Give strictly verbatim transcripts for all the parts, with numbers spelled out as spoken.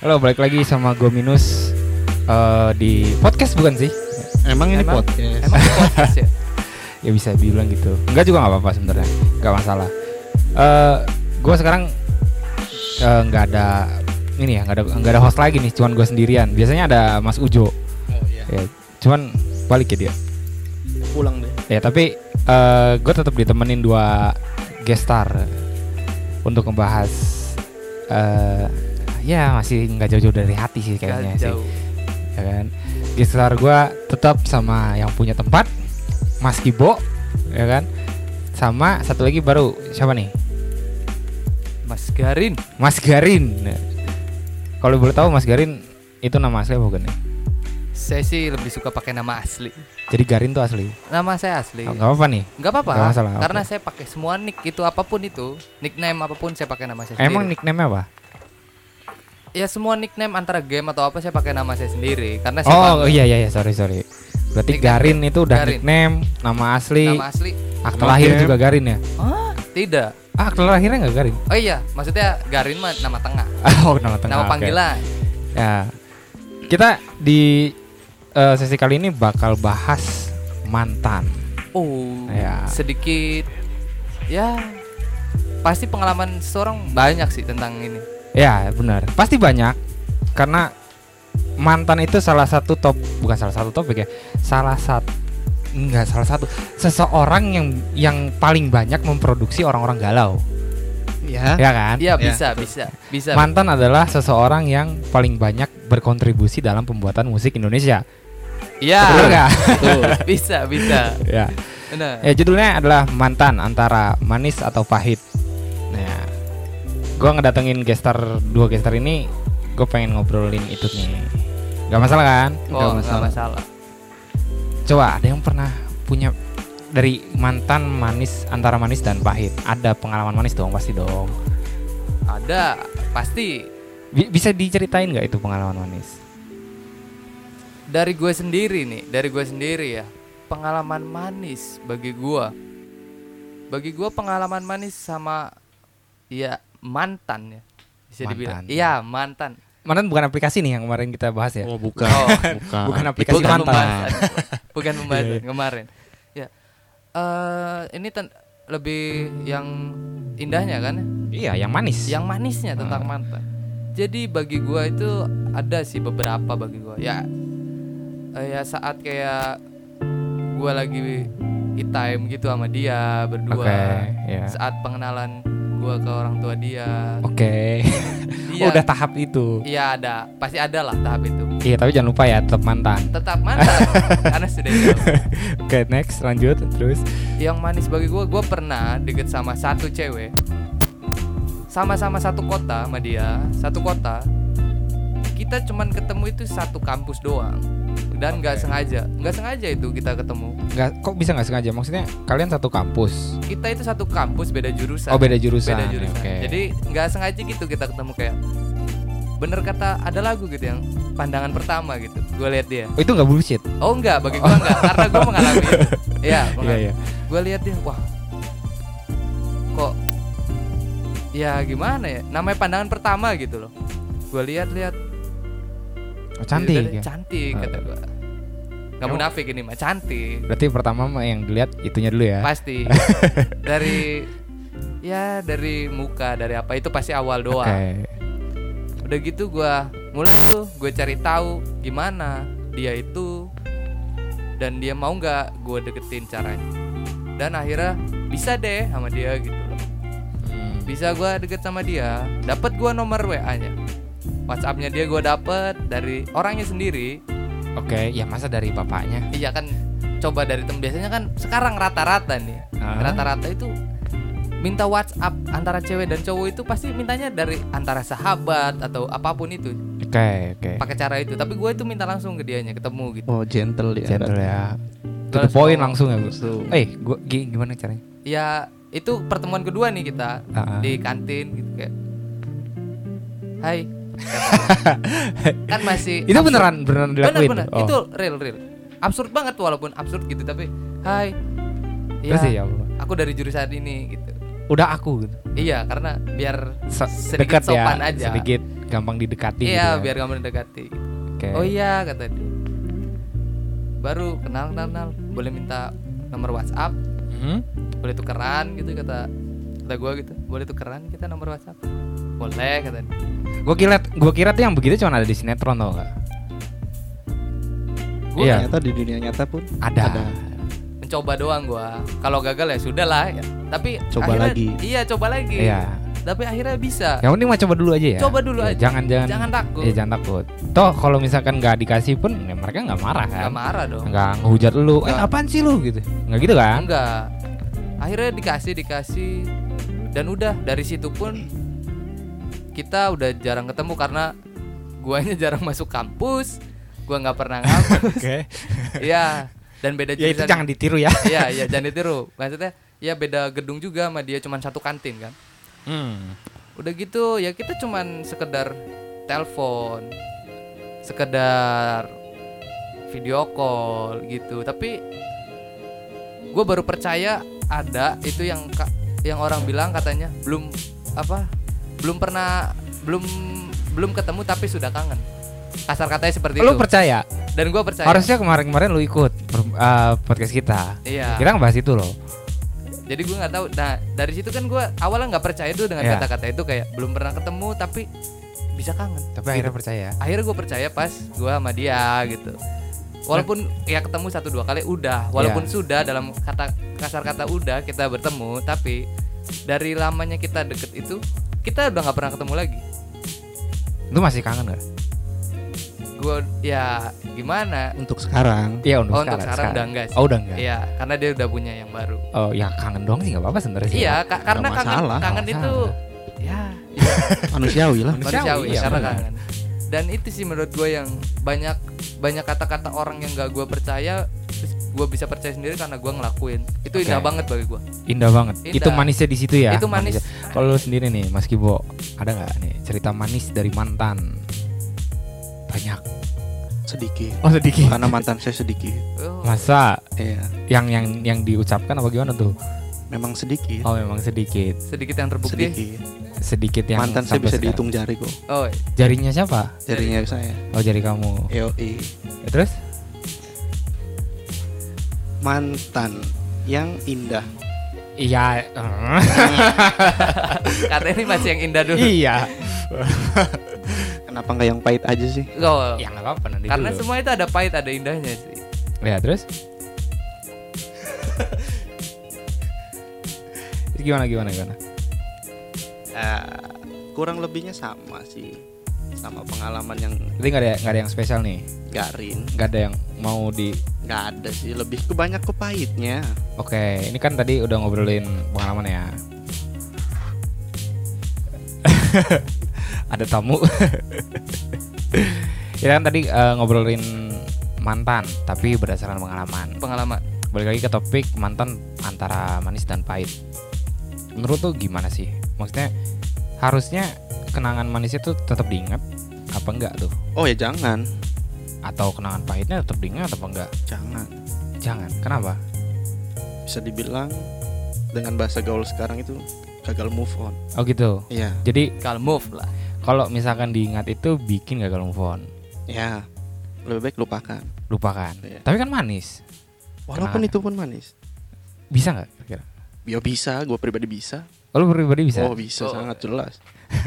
Halo, balik lagi sama gue Minus uh, di podcast bukan sih? Emang ini Emang- podcast. Emang podcast ya? Ya bisa dibilang gitu. Enggak juga nggak apa-apa sebenarnya, nggak masalah. Uh, gue sekarang uh, nggak ada ini ya, nggak ada nggak ada host lagi nih, cuman gue sendirian. Biasanya ada Mas Ujo. Oh iya. Ya, cuman balik ya dia. Pulang deh. Ya tapi uh, gue tetap ditemenin dua guest star untuk ngebahas. Uh, ya masih nggak jauh-jauh dari hati sih kayaknya Gak sih. jauh. Ya kan. Guest star gue tetap sama yang punya tempat, Mas Kibo, ya kan. Sama satu lagi baru siapa nih? Mas Garin. Mas Garin. Nah, kalau boleh tahu Mas Garin itu nama asli apa bukan ya? Saya sih lebih suka pakai nama asli. Jadi Garin tuh asli. Nama saya asli. Oh, nggak apa-apa nih. Nggak apa-apa. Nggak masalah, Karena oke. saya pakai semua nick itu apapun itu, nickname apapun saya pakai nama saya sendiri. Emang nickname-nya apa? Ya semua nickname antara game atau apa saya pakai nama saya sendiri karena saya Oh bangga. iya iya iya sorry sorry. Berarti Nickname. Garin itu udah Garin. nickname, nama asli, Nama asli. akte Nama lahir game. juga Garin ya? Ah, tidak. Ah, akte lahirnya nggak Garin? Oh iya, maksudnya Garin mah nama tengah. Oh nama tengah. Nama oke. panggilan. Ya, kita di uh, sesi kali ini bakal bahas mantan. Oh, Ya. sedikit ya pasti pengalaman seorang banyak sih tentang ini. Ya benar, pasti banyak karena mantan itu salah satu top, bukan salah satu topik ya, salah satu enggak salah satu seseorang yang yang paling banyak memproduksi orang-orang galau, Ya. ya kan? Iya Ya, bisa, betul. bisa, bisa. Mantan adalah seseorang yang paling banyak berkontribusi dalam pembuatan musik Indonesia. Iya, Betul nggak? Betul. bisa, bisa. Ya. Benar. Ya judulnya adalah Mantan Antara Manis atau Pahit. Nah, gue ngedatengin gestar dua gestar ini, gue pengen ngobrolin itu nih. Gak masalah kan? Oh, Nggak nggak masalah. masalah. Coba ada yang pernah punya dari mantan manis antara manis dan pahit? Ada pengalaman manis dong, pasti dong. Ada, pasti. Bi- bisa diceritain nggak itu pengalaman manis? Dari gue sendiri nih, dari gue sendiri ya. Pengalaman manis bagi gue. Bagi gue pengalaman manis sama ya mantan ya. Bisa dibilang. Mantan. Iya, mantan. Mantan bukan aplikasi nih yang kemarin kita bahas ya? Oh bukan. Oh, bukan. bukan aplikasi Itu mantan. pembahasan. Bukan Iya, pembahasan iya. kemarin. Ya. Eh ini ten- lebih yang indahnya kan? Iya, yang manis. Yang manisnya tentang Hmm. mantan. Jadi bagi gua itu ada sih beberapa bagi gua. Ya eh, ya saat kayak gua lagi e-time gitu sama dia berdua. Oke, ya. Saat pengenalan gua ke orang tua dia. Oke. Dia Oh, udah tahap itu. Iya ada, pasti ada lah tahap itu. Iya, tapi jangan lupa ya tetap mantan. Tetap mantan karena sudah jauh. Oke, next lanjut terus. Yang manis bagi gue, gue pernah deket sama satu cewek. Sama-sama satu kota sama dia, satu kota. Kita cuman ketemu itu satu kampus doang. Dan nggak Oke. sengaja, nggak sengaja itu kita ketemu. Nggak, kok bisa nggak sengaja? Maksudnya kalian satu kampus? Kita itu satu kampus beda jurusan. Oh, beda jurusan. Beda jurusan. Oke. Jadi nggak sengaja gitu kita ketemu kayak. Bener kata ada lagu gitu yang pandangan pertama gitu. Gue lihat dia. Oh, itu nggak bullshit? Oh enggak, bagi gue enggak, karena gue mengalami itu. Iya, Iya, iya. Gue lihat dia, wah, kok, ya gimana ya? Namanya pandangan pertama gitu loh. Gue lihat-lihat, Oh, cantik. udah deh, Ya? cantik kata gue. Gak Emang- munafik ini mah cantik, Berarti pertama mah yang dilihat itunya dulu ya? pasti. Dari, ya dari muka, dari apa itu pasti awal doang. Oke. Udah gitu gue mulai tuh gue cari tahu gimana dia itu dan dia mau nggak gue deketin caranya. Dan akhirnya bisa deh sama dia gitu loh. Hmm. Bisa gue deket sama dia, dapat gue nomor W A-nya, WhatsApp-nya dia gue dapet dari orangnya sendiri. Oke, ya masa dari bapaknya? Iya kan, coba dari tem biasanya kan sekarang rata-rata nih, Ah. rata-rata itu minta WhatsApp antara cewek dan cowok itu pasti mintanya dari antara sahabat atau apapun itu, Oke, oke. pakai cara itu. Tapi gue itu minta langsung ke dianya, ketemu gitu. Oh gentle ya. Gentle ya. To the Terus point ngomong. langsung ya, Bu. Langsung. Eh, gua gi- gimana caranya? Ya itu pertemuan kedua nih kita Ah, ah. di kantin gitu kayak, hai, katanya. Kan masih Itu absurd. beneran beneran dilakuin? Bener-bener, Oh. itu real real. Absurd banget walaupun absurd gitu tapi hai. Terus Iya, ya Allah. aku dari jurusan ini gitu. Udah aku gitu. Iya, karena biar Se- sedikit deket ya, sopan aja. sedikit gampang didekati Iya, gitu kan. biar gampang mendekati. Oke. Oh iya kata dia. Baru kenal kenal kenal, boleh minta nomor WhatsApp, Hmm? boleh tukeran gitu kata kata gue gitu. Boleh tukeran kita nomor WhatsApp. Boleh kata dia. Gue kira gue kira tuh yang begitu cuma ada di sinetron tau gak? Gua Iya. Ternyata di dunia nyata pun Ada. ada. mencoba doang gue. Kalau gagal ya sudah lah ya. Tapi Coba akhirnya- lagi. Iya coba lagi. Iya. Tapi akhirnya bisa. Yang penting mah coba dulu aja ya. Coba dulu Ya, aja. Jangan jangan Jangan takut. Ya jangan takut. Toh kalau misalkan nggak dikasih pun ya mereka nggak marah kan. Gak marah dong. Nggak ngehujat lu. Eh Nggak. apaan sih lu gitu. Nggak gitu kan? Enggak. Akhirnya dikasih dikasih dan udah dari situ pun kita udah jarang ketemu karena guanya jarang masuk kampus, gua nggak pernah ngampus. Oke. Iya. Dan beda Ya itu jurusan. jangan ditiru ya. Iya, iya jangan ditiru. Maksudnya ya beda gedung juga sama dia, cuman satu kantin kan. Hmm. Udah gitu ya kita cuman sekedar telepon, sekedar video call gitu. Tapi gue baru percaya ada itu yang ka- yang orang bilang katanya belum apa belum pernah belum belum ketemu tapi sudah kangen. Kasar katanya seperti Lu itu. percaya? Dan gue percaya. Harusnya kemarin-kemarin lu ikut per- uh, podcast kita. Iya. Kita ngebahas itu loh. Jadi gue nggak tahu. Nah dari situ kan gue awalnya nggak percaya tuh dengan Iya. kata-kata itu kayak belum pernah ketemu tapi bisa kangen. Tapi akhirnya percaya. Akhirnya gue percaya pas gue sama dia gitu. Walaupun ya ketemu satu dua kali udah, walaupun Iya. sudah dalam kata kasar kata udah kita bertemu, tapi dari lamanya kita deket itu kita udah nggak pernah ketemu lagi. Lu masih kangen gak? Gue ya gimana? Untuk sekarang. Iya untuk Oh, sekarang. untuk sekarang udah enggak sih. Oh udah enggak. Iya, karena dia udah punya yang baru. Oh ya kangen doang sih nggak apa-apa sebenarnya sih. Iya, ka- karena Nggak kangen masalah. kangen Nggak itu masalah. ya Manusiawi lah. Manusiawi, manusiawi iya, karena benar. kangen. Dan itu sih menurut gue yang banyak banyak kata-kata orang yang gak gue percaya, terus gue bisa percaya sendiri karena gue ngelakuin. Itu Oke. indah banget bagi gue. Indah banget. Indah. Itu manisnya di situ ya. Itu manis. Manisnya. Kalau lu sendiri nih Mas Kibo, ada nggak nih cerita manis dari mantan? Banyak. Sedikit. Oh sedikit. Karena mantan saya sedikit. Oh, Masa Iya. yang yang yang diucapkan apa gimana tuh? Memang sedikit. Oh memang sedikit. sedikit yang terbukti. Sedikit. Sedikit yang Mantan saya sampai bisa sekarang. dihitung jari kok. Oh, Jarinya siapa? Jarinya saya. Oh jari kamu. E O I. Ya, terus? Mantan yang indah. Iya. kata ini masih yang indah dulu. iya. Kenapa nggak yang pahit aja sih? Oh, Ya nggak apa-apa nanti karena dulu. semua itu ada pahit ada indahnya sih. Ya terus? Terus gimana gimana gimana? Eh, kurang lebihnya sama sih, sama pengalaman yang Jadi nggak ada nggak ada yang spesial nih? garin. Nggak ada yang mau di. Nggak ada sih, lebih ke banyak ke pahitnya. Oke, ini kan tadi udah ngobrolin pengalaman ya. Ada tamu. Ya kan tadi eh, ngobrolin mantan, tapi berdasarkan pengalaman. Pengalaman. Balik lagi ke topik mantan antara manis dan pahit. Menurut tuh gimana sih? Maksudnya harusnya kenangan manisnya tuh tetap diingat apa enggak tuh? Oh ya jangan, Atau kenangan pahitnya tetap diingat apa enggak? jangan. Jangan. Kenapa? Bisa dibilang dengan bahasa gaul sekarang itu gagal move on. Oh gitu. Iya, Jadi Kalau move lah. kalau misalkan diingat itu bikin gagal move on. ya lebih baik lupakan. Lupakan. Iya. Tapi kan manis. Walaupun Kenangan. itu pun manis. Bisa nggak kira-kira? Ya bisa, gue pribadi bisa. Oh, lu pribadi bisa? Oh bisa, Oh. sangat jelas.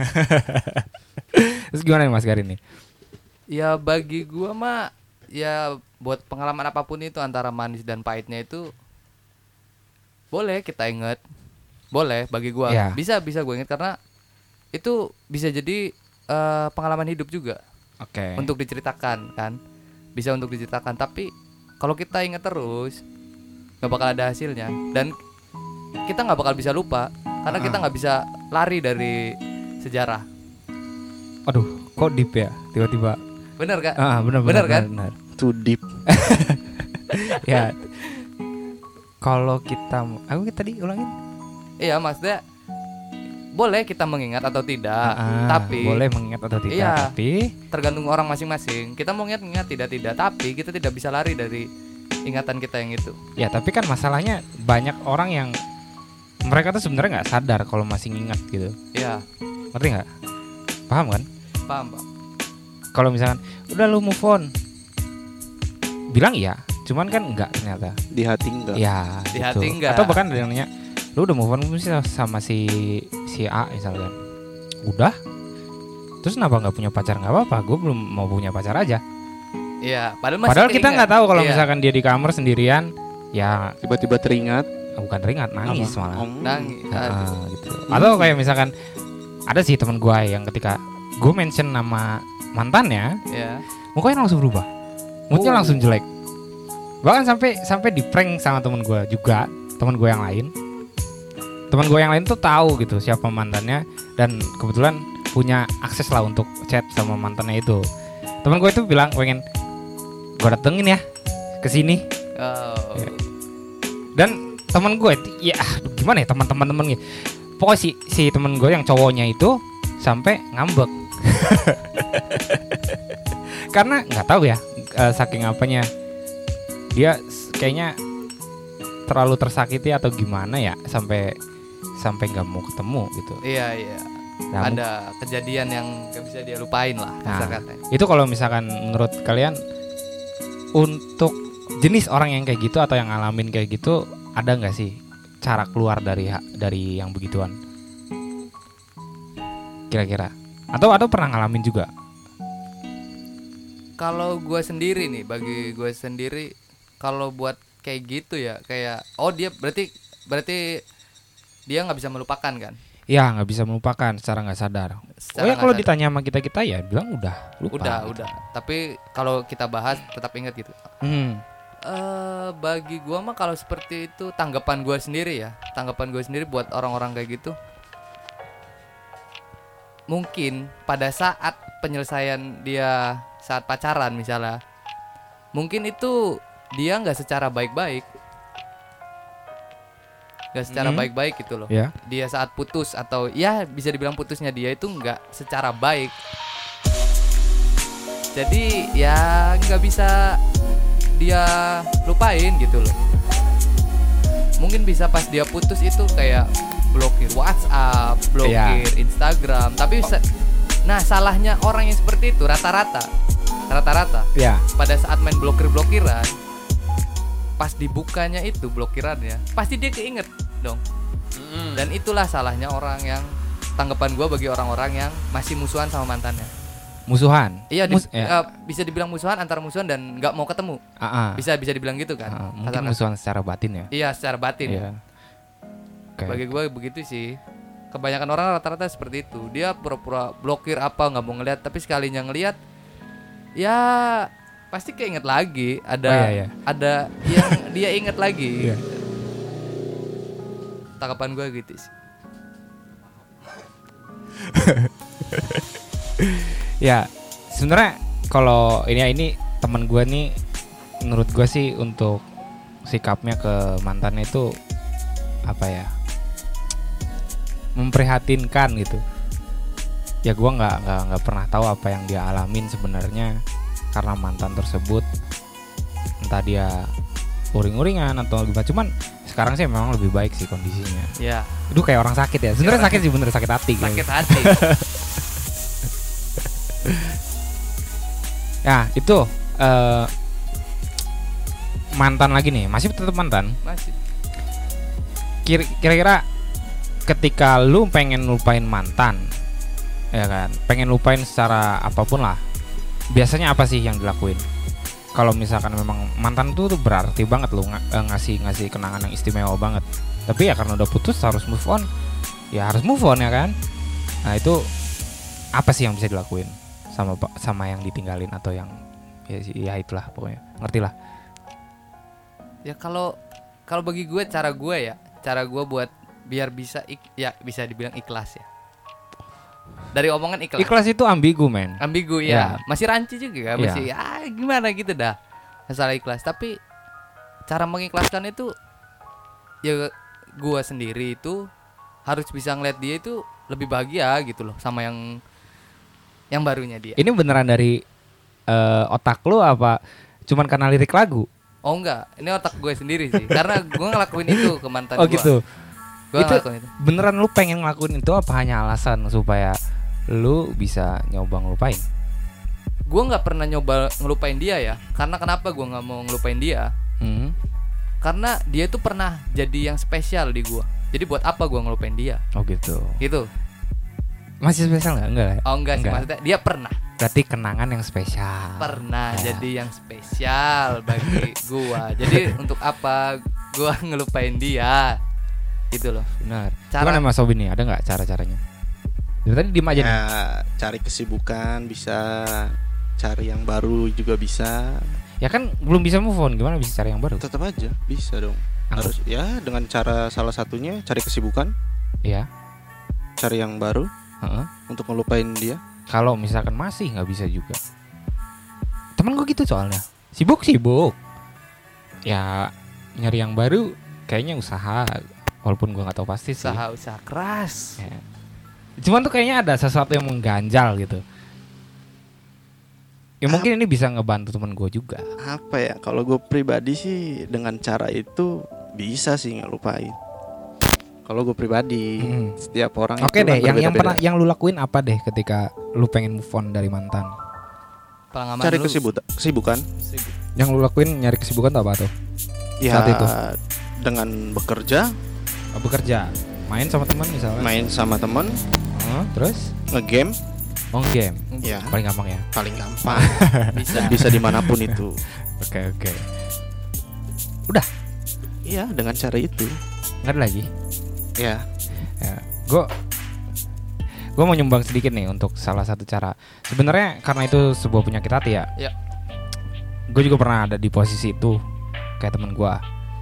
Terus gimana nih Mas Garin nih? Ya bagi gua mah ya buat pengalaman apapun itu antara manis dan pahitnya itu boleh kita ingat. Boleh bagi gua. Iya. Bisa bisa gua ingat karena itu bisa jadi eh, pengalaman hidup juga Oke. untuk diceritakan kan. Bisa untuk diceritakan tapi kalau kita ingat terus nggak bakal ada hasilnya dan kita nggak bakal bisa lupa karena kita Ah. nggak bisa lari dari sejarah. Aduh, kok deep ya? Tiba-tiba. Bener Kak? Ah, benar Benar kan? benar. Too deep. Ya. Kalau kita, aku tadi ulangin. Iya maksudnya boleh kita mengingat atau tidak, Ah, tapi boleh mengingat atau tidak, Iya. tapi tergantung orang masing-masing. Kita mau ingat ingat tidak tidak, tapi kita tidak bisa lari dari ingatan kita yang itu. ya tapi kan masalahnya banyak orang yang mereka tuh sebenarnya nggak sadar kalau masih ngingat gitu. Iya, Ngerti nggak? Paham kan? Paham, Bang. Kalau misalkan udah lu move on, bilang iya, cuman kan enggak ternyata. Di hati enggak. Ya, Di gitu. hati enggak. Atau bahkan ada yang nanya, lu udah move on belum sih sama si si A misalkan? Udah. Terus kenapa nggak punya pacar? Nggak apa-apa, gue belum mau punya pacar aja. Iya, padahal masih Padahal kita keinget. nggak tahu kalau Iya, misalkan dia di kamar sendirian, ya Tiba-tiba teringat. bukan teringat, nangis Apa? malah. Oh, nangis. Ah, gitu. Atau kayak misalkan ada sih teman gue yang ketika gue mention nama mantannya, Ya. mukanya langsung berubah, moodnya Oh. langsung jelek. Bahkan sampai sampai di prank sama teman gue juga, teman gue yang lain. Teman gue yang lain tuh tahu gitu siapa mantannya dan kebetulan punya akses lah untuk chat sama mantannya itu. Teman gue itu bilang pengen gue datengin ya ke sini. Oh. Ya. Dan teman gue itu ya aduh, gimana ya teman-teman temen gitu. Pokoknya si si teman gue yang cowoknya itu sampai ngambek. Karena nggak tahu ya eh, saking apanya dia s- kayaknya terlalu tersakiti atau gimana ya sampai sampai nggak mau ketemu gitu. Iya, iya. Nah, Ada kejadian yang gak bisa dia lupain lah, Nah. kasar katanya. itu kalau misalkan menurut kalian untuk jenis orang yang kayak gitu atau yang ngalamin kayak gitu ada nggak sih cara keluar dari ha- dari yang begituan kira-kira atau atau pernah ngalamin juga? Kalau gue sendiri nih, bagi gue sendiri, kalau buat kayak gitu ya, kayak oh dia berarti berarti dia nggak bisa melupakan kan? Ya nggak bisa melupakan secara nggak sadar. Secara Oh ya nggak kalau sadar. ditanya sama kita kita ya bilang udah lupa. Udah, gitu. udah. Tapi kalau kita bahas tetap ingat gitu. Hmm. Eh bagi gua mah kalau seperti itu tanggapan gua sendiri ya, tanggapan gua sendiri buat orang-orang kayak gitu. Mungkin pada saat penyelesaian dia saat pacaran misalnya, mungkin itu dia nggak secara baik-baik, nggak secara Hmm. baik-baik gitu loh. Ya. Dia saat putus atau ya bisa dibilang putusnya dia itu nggak secara baik. Jadi ya nggak bisa dia lupain gitu loh. Mungkin bisa pas dia putus itu kayak blokir WhatsApp, blokir Instagram. Tapi sa- nah salahnya orang yang seperti itu rata-rata, rata-rata Ya. pada saat main blokir-blokiran, pas dibukanya itu blokirannya, pasti dia keinget dong. Dan itulah salahnya orang yang tanggapan gua bagi orang-orang yang masih musuhan sama mantannya. Musuhan. Iya, di- Mus- ya. eh, bisa dibilang musuhan antara musuhan dan nggak mau ketemu. Ah, ah. Bisa bisa dibilang gitu kan. Ah, mungkin Kasarnya. musuhan secara batin ya. Iya, secara batin. Iya. Oke. Bagi gue begitu sih. Kebanyakan orang rata-rata seperti itu. Dia pura-pura blokir apa nggak mau ngeliat, tapi sekalinya ngeliat, ya pasti keinget lagi. Ada Oh, iya, iya. ada yang dia inget lagi. Iya. Tanggapan gue gitu sih. Ya, sebenarnya kalau ini ya ini teman gue nih, menurut gue sih untuk sikapnya ke mantannya itu apa ya, memprihatinkan gitu. Ya gue nggak nggak nggak pernah tahu apa yang dia alamin sebenarnya karena mantan tersebut, entah dia uring-uringan atau gimana. Cuman sekarang sih memang lebih baik sih kondisinya. Ya, Itu kayak orang sakit ya. Sebenarnya sakit sih, bener sakit hati. sakit gitu. hati. Ya itu eh, mantan lagi nih, masih tetap mantan. Masih. Kira- Kira-kira ketika lu pengen lupain mantan, ya kan, pengen lupain secara apapun lah, biasanya apa sih yang dilakuin? Kalau misalkan memang mantan tuh, tuh berarti banget lu ng- eh, ngasih ngasih kenangan yang istimewa banget. Tapi ya karena udah putus harus move on, ya harus move on ya kan. Nah itu apa sih yang bisa dilakuin sama sama yang ditinggalin atau yang ya, ya itulah pokoknya, ngerti lah. Ya kalau kalau bagi gue cara gue ya, cara gue buat biar bisa ik- ya bisa dibilang ikhlas ya. Dari omongan ikhlas. Ikhlas itu ambigu men. Ambigu Ya. ya. Masih rancu juga, Iya. masih ah gimana gitu dah. Masalah ikhlas, tapi cara mengikhlaskan itu ya gue sendiri itu harus bisa ngeliat dia itu lebih bahagia gitu loh sama yang yang barunya dia. Ini beneran dari eh, otak lu apa cuman karena lirik lagu? Oh enggak, ini otak gue sendiri sih. Karena gue ngelakuin itu ke mantan Oh gue. gitu. Gue Itu ngelakuin itu. beneran lu pengen ngelakuin itu apa hanya alasan supaya lu bisa nyoba ngelupain? Gue nggak pernah nyoba ngelupain dia ya. Karena kenapa gue nggak mau ngelupain dia? Hmm. Karena dia tuh pernah jadi yang spesial di gue. Jadi buat apa gue ngelupain dia? Oh gitu. Gitu. Masih spesial nggak? Enggak ya? Oh enggak, sih, maksudnya dia pernah. Berarti kenangan yang spesial. Pernah Ya. jadi yang spesial bagi gue. Jadi untuk apa gue ngelupain dia? Gitu loh. Benar. Cara- Gimana Mas Sobi nih? Ada nggak cara-caranya? Dari tadi diem aja Ya, nih. cari kesibukan bisa, cari yang baru juga bisa. Ya kan belum bisa move on. Gimana bisa cari yang baru? Tetap aja bisa dong. Anggap. Harus ya dengan cara salah satunya cari kesibukan, Iya. cari yang baru Heeh. untuk ngelupain dia. Kalau misalkan masih nggak bisa juga. Temen gue gitu soalnya. Sibuk sibuk. Ya nyari yang baru kayaknya usaha. Walaupun gue nggak tahu pasti sih. Usaha-usaha keras. Ya. Cuman tuh kayaknya ada sesuatu yang mengganjal gitu. Ya mungkin ini bisa ngebantu temen gue juga. Apa ya? Kalau gue pribadi sih dengan cara itu bisa sih ngelupain. Kalau gue pribadi, Hmm. setiap orang Oke itu deh, kan yang yang pernah berbeda-beda. yang lu lakuin apa deh ketika lu pengen move on dari mantan? Pengalaman Cari lu kesibukan, kesibukan. sibuk. Yang lu lakuin nyari kesibukan tuh apa tuh? Ya, Saat itu. dengan bekerja, Oh, bekerja, main sama teman misalnya. main sama temen, Oh, terus ngegame, oh game, ya paling gampang ya. paling gampang. Bisa. Dan bisa dimanapun itu. Oke oke. Iya, dengan cara itu. Nggak ada lagi. Ya, Ya, gue gue mau nyumbang sedikit nih untuk salah satu cara. Sebenarnya karena itu sebuah penyakit hati ya. Ya. Gue juga pernah ada di posisi itu kayak temen gue.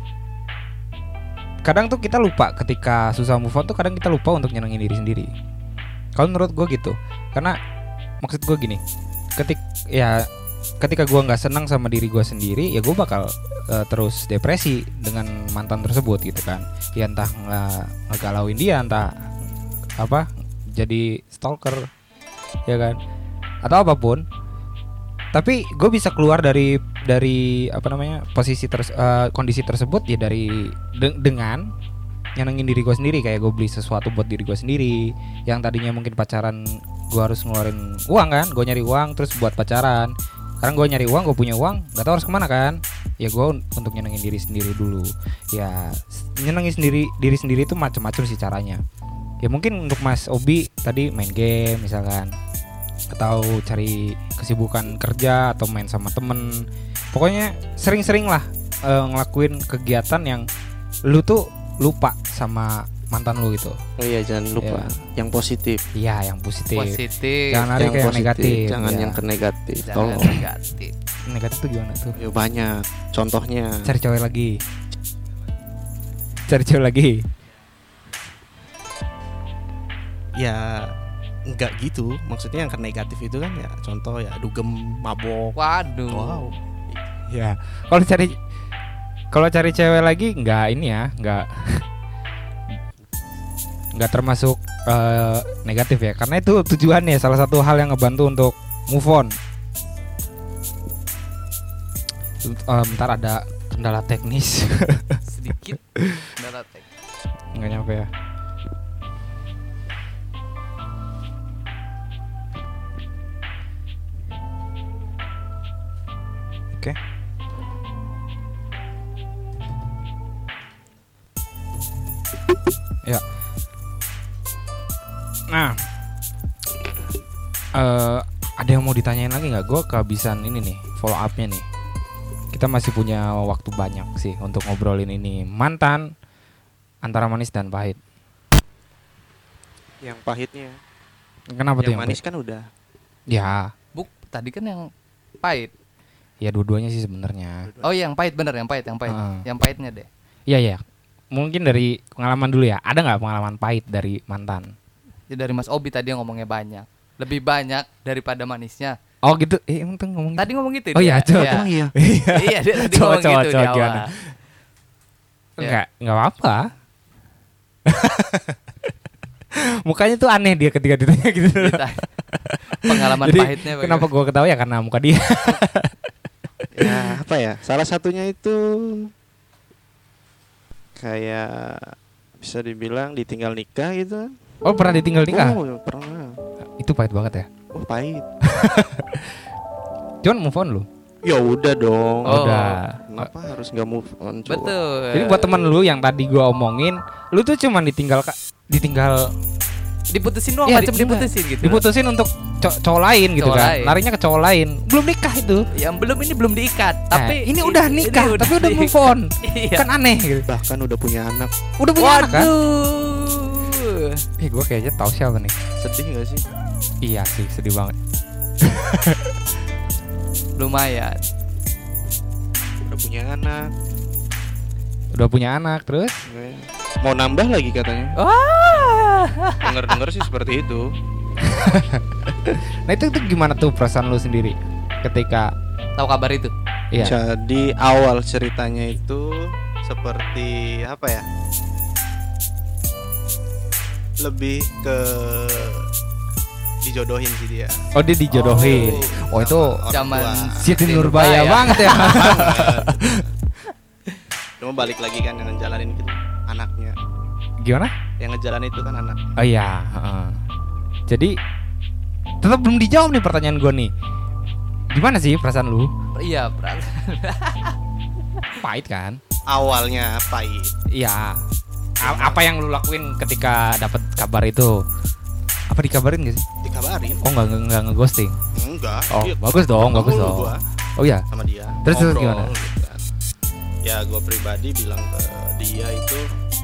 Kadang tuh kita lupa ketika susah move on tuh kadang kita lupa untuk nyenengin diri sendiri. Kalau menurut gue gitu. Karena maksud gue gini, ketik ya ketika gue nggak senang sama diri gue sendiri, ya gue bakal uh, terus depresi dengan mantan tersebut gitu kan. Ya entah nge- ngegalauin dia, entah apa jadi stalker, ya kan, atau apapun. Tapi gue bisa keluar dari dari apa namanya posisi ters, uh, kondisi tersebut ya dari de- dengan nyenengin diri gue sendiri. Kayak gue beli sesuatu buat diri gue sendiri. Yang tadinya mungkin pacaran gue harus ngeluarin uang kan, gue nyari uang terus buat pacaran. Sekarang gue nyari uang, gue punya uang, nggak tahu harus kemana kan. Ya gue untuk nyenengin diri sendiri dulu. Ya nyenengin sendiri diri sendiri itu macam-macam sih caranya. Ya mungkin untuk Mas Obi tadi main game misalkan, atau cari kesibukan kerja atau main sama temen. Pokoknya sering-sering lah e, ngelakuin kegiatan yang lu tuh lupa sama mantan lu gitu. oh iya jangan lupa Ya. yang positif. Iya yang positif. Positif. Jangan lari yang ke yang positif, negatif. jangan ya. yang ke negatif. Jangan Tolong. negatif. Negatif tuh gimana tuh? Ya banyak. Contohnya Cari cewek lagi. Cari cewek lagi. ya enggak gitu. Maksudnya yang ke negatif itu kan ya contoh ya dugem, mabok. Waduh. Wow. Ya. Kalau cari kalau cari cewek lagi nggak ini ya, nggak nggak termasuk eh, negatif ya, karena itu tujuannya salah satu hal yang ngebantu untuk move on. Eh, bentar ada kendala teknis. Sedikit data tek. Nggak nyampe ya. Oke. Ya. Nah, eh ada yang mau ditanyain lagi nggak? Gue kehabisan ini nih, follow up-nya nih. Kita masih punya waktu banyak sih untuk ngobrolin ini. Mantan antara manis dan pahit. Yang pahitnya. Kenapa tuh Yang yang manis pahit? kan udah. Ya, Buk, tadi kan yang pahit. ya dua-duanya sih sebenarnya. Oh, yang pahit bener, yang pahit, yang pahit. Heeh. Yang pahitnya deh. Iya ya. Mungkin dari pengalaman dulu ya. Ada nggak pengalaman pahit dari mantan? Ya, dari Mas Obi tadi yang ngomongnya banyak. Lebih banyak daripada manisnya. Oh gitu. Eh emang tuh ngomong. Tadi ngomong gitu Oh dia. iya, coba, Iya. Emang iya. Iya, dia tadi Coba, ngomong coba, gitu coba, di awal. gimana? Enggak, enggak apa-apa. Mukanya tuh aneh dia ketika ditanya gitu. Kita- Pengalaman Jadi, pahitnya kenapa bagaimana? gua ketawa ya karena muka dia. Ya apa ya? Salah satunya itu kayak bisa dibilang ditinggal nikah gitu. Oh pernah ditinggal nikah? Oh pernah. Itu pahit banget ya. Oh pahit. Cuman move on lu. Ya udah dong. Oh. Udah. Kenapa harus nggak move on? Coba? Betul. Jadi buat teman lu yang tadi gua omongin, lu tuh cuman ditinggal ka- ditinggal diputusin doang, Iya, macam di- diputusin gitu. diputusin untuk co- cowok lain gitu Cowok kan. lain. Larinya ke cowok lain. Belum nikah itu. Yang belum ini belum diikat, tapi Eh, ini udah nikah ini tapi udah di- move on. Iya. Kan aneh gitu. Bahkan udah punya anak. Udah punya anak kan? Waduh. Eh gua kayaknya tahu siapa nih. Sedih gak sih? Iya sih, sedih banget. Lumayan. Udah punya anak. Udah punya anak terus Mau nambah lagi katanya. Wah. Dengar-dengar sih seperti itu. Nah itu tuh gimana tuh perasaan lu sendiri ketika Tahu kabar itu? iya Jadi awal ceritanya itu seperti apa ya? Lebih ke dijodohin sih dia. oh dia dijodohin. Oh, itu Sama orang zaman tua. Siti Siti Nurbaya Nurbaya. banget ya. Cuma balik lagi kan yang ngejalanin itu anaknya. Gimana? Yang ngejalanin itu kan anak. Oh iya, heeh. Jadi tetap belum dijawab nih pertanyaan gua nih. Gimana sih perasaan lu? Iya, perasaan. Pahit kan? Awalnya pahit. Iya. A- apa yang lu lakuin ketika dapat kabar itu? Apa dikabarin gak sih? Dikabarin. Oh enggak enggak ngeghosting. Enggak. Oh, Dia- bagus dong, bagus ngobrol dong. gua Oh iya. sama dia. Terus- terus Ngobrol gimana? gitu kan. Ya gue pribadi bilang ke dia itu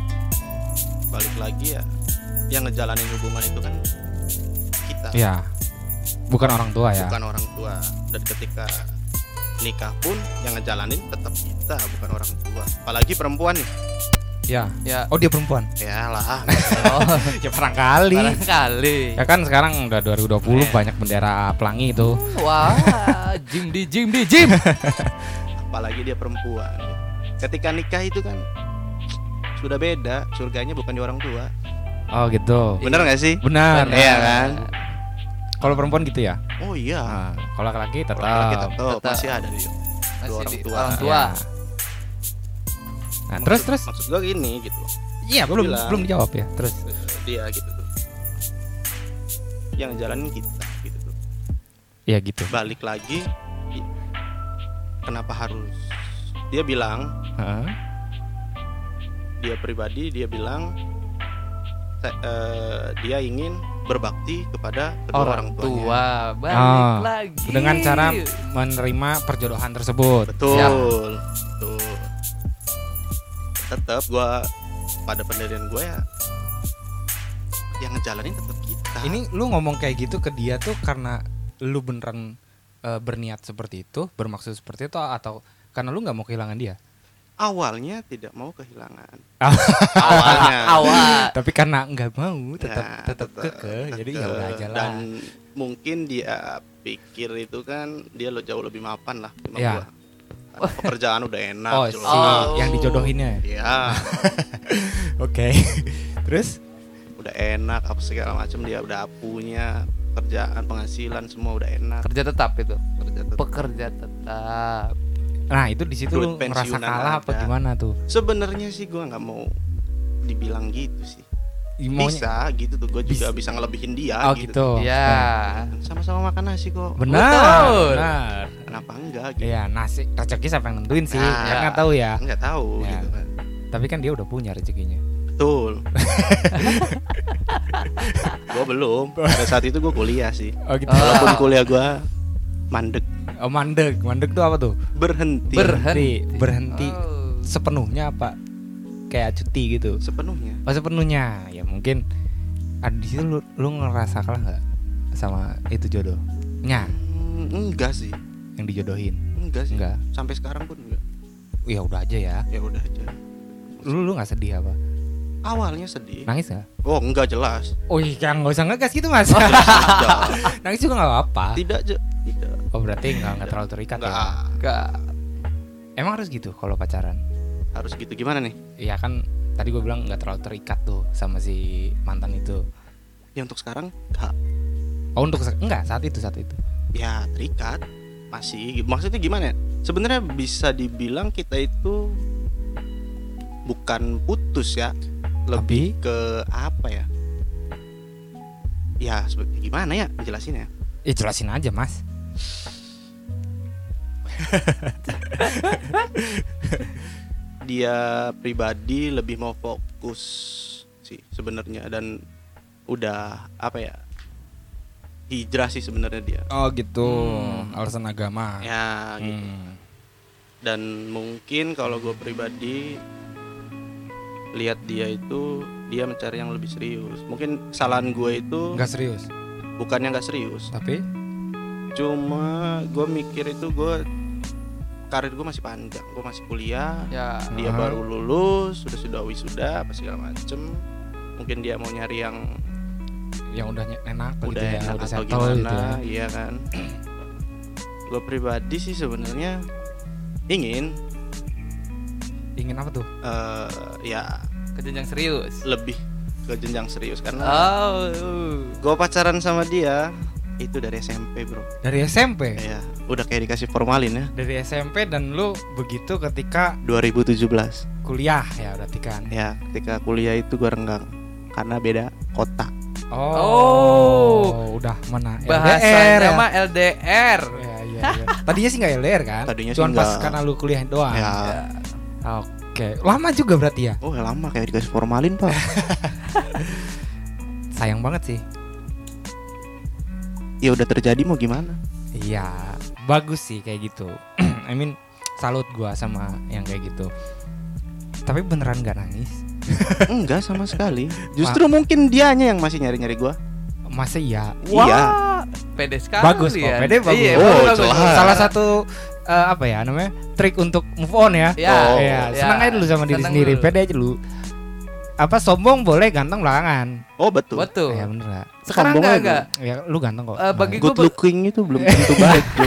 balik lagi ya. Yang ngejalanin hubungan itu kan kita. Iya. Bukan orang tua ya. Bukan orang tua. Dan ketika nikah pun yang ngejalanin tetap kita, bukan orang tua. Apalagi perempuan nih. Iya. Ya. Oh dia perempuan. Ya lah. Oh, Ya barangkali. barangkali. Ya kan sekarang udah dua ribu dua puluh Eh. banyak bendera pelangi itu. Wah, Jim di Jim di Jim. Apalagi dia perempuan. Ketika nikah itu kan sudah beda. Surganya bukan di orang tua. Oh gitu. Bener nggak sih? Benar. Iya kan? Kalau perempuan gitu ya. Oh iya. Nah, kalau laki-laki tetap. Kalau laki tetap tetap. masih ada dia. Masih orang di tua. orang tua. Ya. Nah, terus Maksud- terus maksud gue gini gitu loh. iya gua belum bilang. belum dijawab ya. Terus Dia gitu tuh. Yang jalanin kita gitu tuh. ya gitu. Balik lagi i- kenapa harus dia bilang Heeh. dia pribadi dia bilang se- eh, dia ingin berbakti kepada kedua orang, Orang tuanya. tua balik Ah, lagi dengan cara menerima perjodohan tersebut. Betul. Betul. Tetap gua pada pendirian gue ya yang ngejalanin tetap kita. Ini lu ngomong kayak gitu ke dia tuh karena lu beneran eh, berniat seperti itu, bermaksud seperti itu atau karena lu nggak mau kehilangan dia? awalnya tidak mau kehilangan. Ah. Awalnya. awal Tapi karena nggak mau tetap Ya, tetap kekeh, jadi ya udah aja lah. Dan mungkin dia pikir itu kan dia lo jauh lebih mapan lah sama Ya. gua. Karena pekerjaan udah enak. Oh, jelas. si Oh. yang dijodohinnya. Ya, Oke. Terus udah enak apa segala macam dia udah punya kerjaan, penghasilan semua udah enak. kerja tetap itu Kerja tetap. pekerja tetap. nah, itu di situ lu Duit ngerasa pensiunan kalah apa ada. gimana tuh? Sebenarnya sih gua nggak mau dibilang gitu sih. Maunya- Bisa gitu tuh, gue juga Bisa. bisa ngelebihin dia Oh gitu. gitu. Ya. Sama-sama makan nasi kok. Benar. Betul. Benar. Kenapa enggak gitu? Iya, nasi rezeki siapa yang nentuin sih? Nah, Kan nggak tahu ya. Enggak tahu Ya. gitu kan. Tapi kan dia udah punya rezekinya. Betul. Gue belum. Pada saat itu gue kuliah sih. Oh gitu. Walaupun kuliah gue mandek, Oh mandek, mandek tuh apa tuh? berhenti Berhenti. berhenti Oh. sepenuhnya apa? Kayak cuti gitu. sepenuhnya. Oh sepenuhnya, ya mungkin ada di situ lu, lu ngerasa kalah nggak sama itu jodohnya Hmm, enggak sih, yang dijodohin? enggak sih. Enggak. Sampai sekarang pun enggak. Ya udah aja ya. Ya udah aja. Lu lu nggak sedih apa? Awalnya sedih. Nangis nggak? Oh enggak jelas. Oh iya, nggak usah ngegas gitu mas. Tidak. Nangis juga nggak apa-apa. Tidak je. Tidak. Oh berarti nggak nggak terlalu terikat ya? Enggak. Enggak. Emang harus gitu kalau pacaran? Harus gitu gimana nih? Iya kan tadi gue bilang nggak terlalu terikat tuh sama si mantan itu. Ya untuk sekarang enggak. Oh untuk se- enggak saat itu saat itu. Ya terikat masih. Maksudnya gimana ya? Sebenarnya bisa dibilang kita itu bukan putus ya, lebih ke apa ya? ya seperti gimana ya jelasin ya? Ya jelasin aja mas. Dia pribadi lebih mau fokus sih sebenarnya, dan udah apa ya, hijrah sih sebenarnya dia. Oh gitu, Hmm. alasan agama. Ya gitu. Hmm. Dan mungkin kalau gue pribadi lihat dia itu, dia mencari yang lebih serius. Mungkin kesalahan gue itu Nggak serius, bukannya nggak serius, tapi cuma gue mikir itu gue karir gue masih panjang, gue masih kuliah, Ya. dia Ah. baru lulus, sudah sudah wisuda apa segala macem. Mungkin dia mau nyari yang yang udah ny- enak udah gitu ya, enak udah atau settle gimana, gitu ya. iya kan. Gue pribadi sih sebenarnya ingin Ingin apa tuh? eh, ya Ke jenjang serius. lebih ke jenjang serius, karena Oh. gue pacaran sama dia itu dari S M P bro. Dari S M P? Ya udah kayak dikasih formalin ya. Dari S M P dan lu begitu ketika dua ribu tujuh belas kuliah ya berarti kan? ya, ketika kuliah itu gue renggang karena beda kota. Oh, Oh. udah mana? Bahasanya ya? mah L D R. Ya, iya, iya. Tadinya sih nggak L D R kan? Tadinya sih Cuman pas nggak. karena lu kuliah doang. Ya, Oke, lama juga berarti ya? oh lama kayak dikasih formalin pak. Sayang banget sih. Ya udah terjadi mau gimana? Iya, bagus sih kayak gitu. I mean, salut gua sama yang kayak gitu. Tapi beneran gak nangis? Enggak sama sekali. Justru mungkin dianya yang masih nyari-nyari gue. Masa iya? Iya. Pede sekali. Bagus kok, ya. pede bagus. Iya, Oh, bagus, bagus. jelas. Salah satu eh, apa ya namanya? Trik untuk move on ya. Ya, Oh, Iya, ya. senang aja dulu sama diri Senang sendiri, dulu. pede aja dulu. Apa sombong boleh, ganteng belakangan. Oh betul. Betul. Ya bener gak? Sekarang Sombong enggak aja. enggak. Ya lu ganteng kok. Eh, bagi Good gua- looking itu belum tentu baik bro.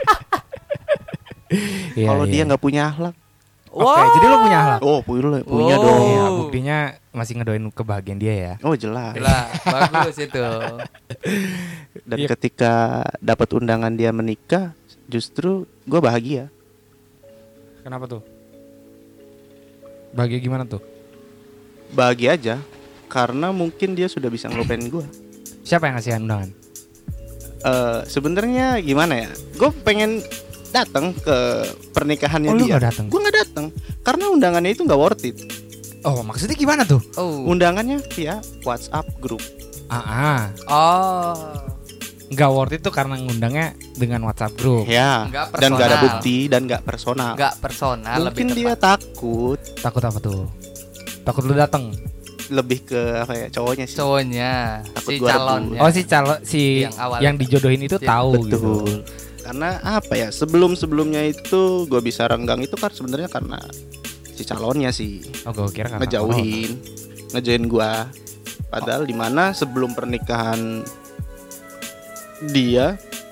Iya, Kalau iya. dia nggak punya akhlak. Oke, jadi lu punya akhlak. Oh punya, punya Oh. dong. Iya, buktinya masih ngedoain kebahagiaan dia ya. Oh jelas. Gila, bagus itu. Dan Iya. ketika dapat undangan dia menikah, justru gue bahagia. Kenapa tuh? Bahagia gimana tuh? Bahagia aja, karena mungkin dia sudah bisa ngelupain gue. Siapa yang ngasih undangan? Eh sebenarnya gimana ya? Gue pengen datang ke pernikahannya Oh, lu dia. nggak datang? Gue nggak datang karena undangannya itu nggak worth it. Oh, maksudnya gimana tuh? Oh. Undangannya via WhatsApp grup. Ah, ah. Oh. Nggak worth it tuh karena ngundangnya dengan WhatsApp group. Ya. Nggak Dan nggak ada personal. bukti dan nggak personal. Enggak personal, lebih Mungkin dia tepat. takut, Takut apa tuh? Takut lu datang. lebih ke apa ya, cowoknya sih. Cowoknya, Takut si gua rebut. calonnya. Oh, si calon si Yang awal. yang dijodohin itu Iya, tahu gitu. Betul. Karena apa ya? Sebelum-sebelumnya itu gue bisa renggang itu kan sebenarnya karena si calonnya sih Oh, gue kira karena ngejauhin, ngejauhin gue. Padahal di mana sebelum pernikahan dia,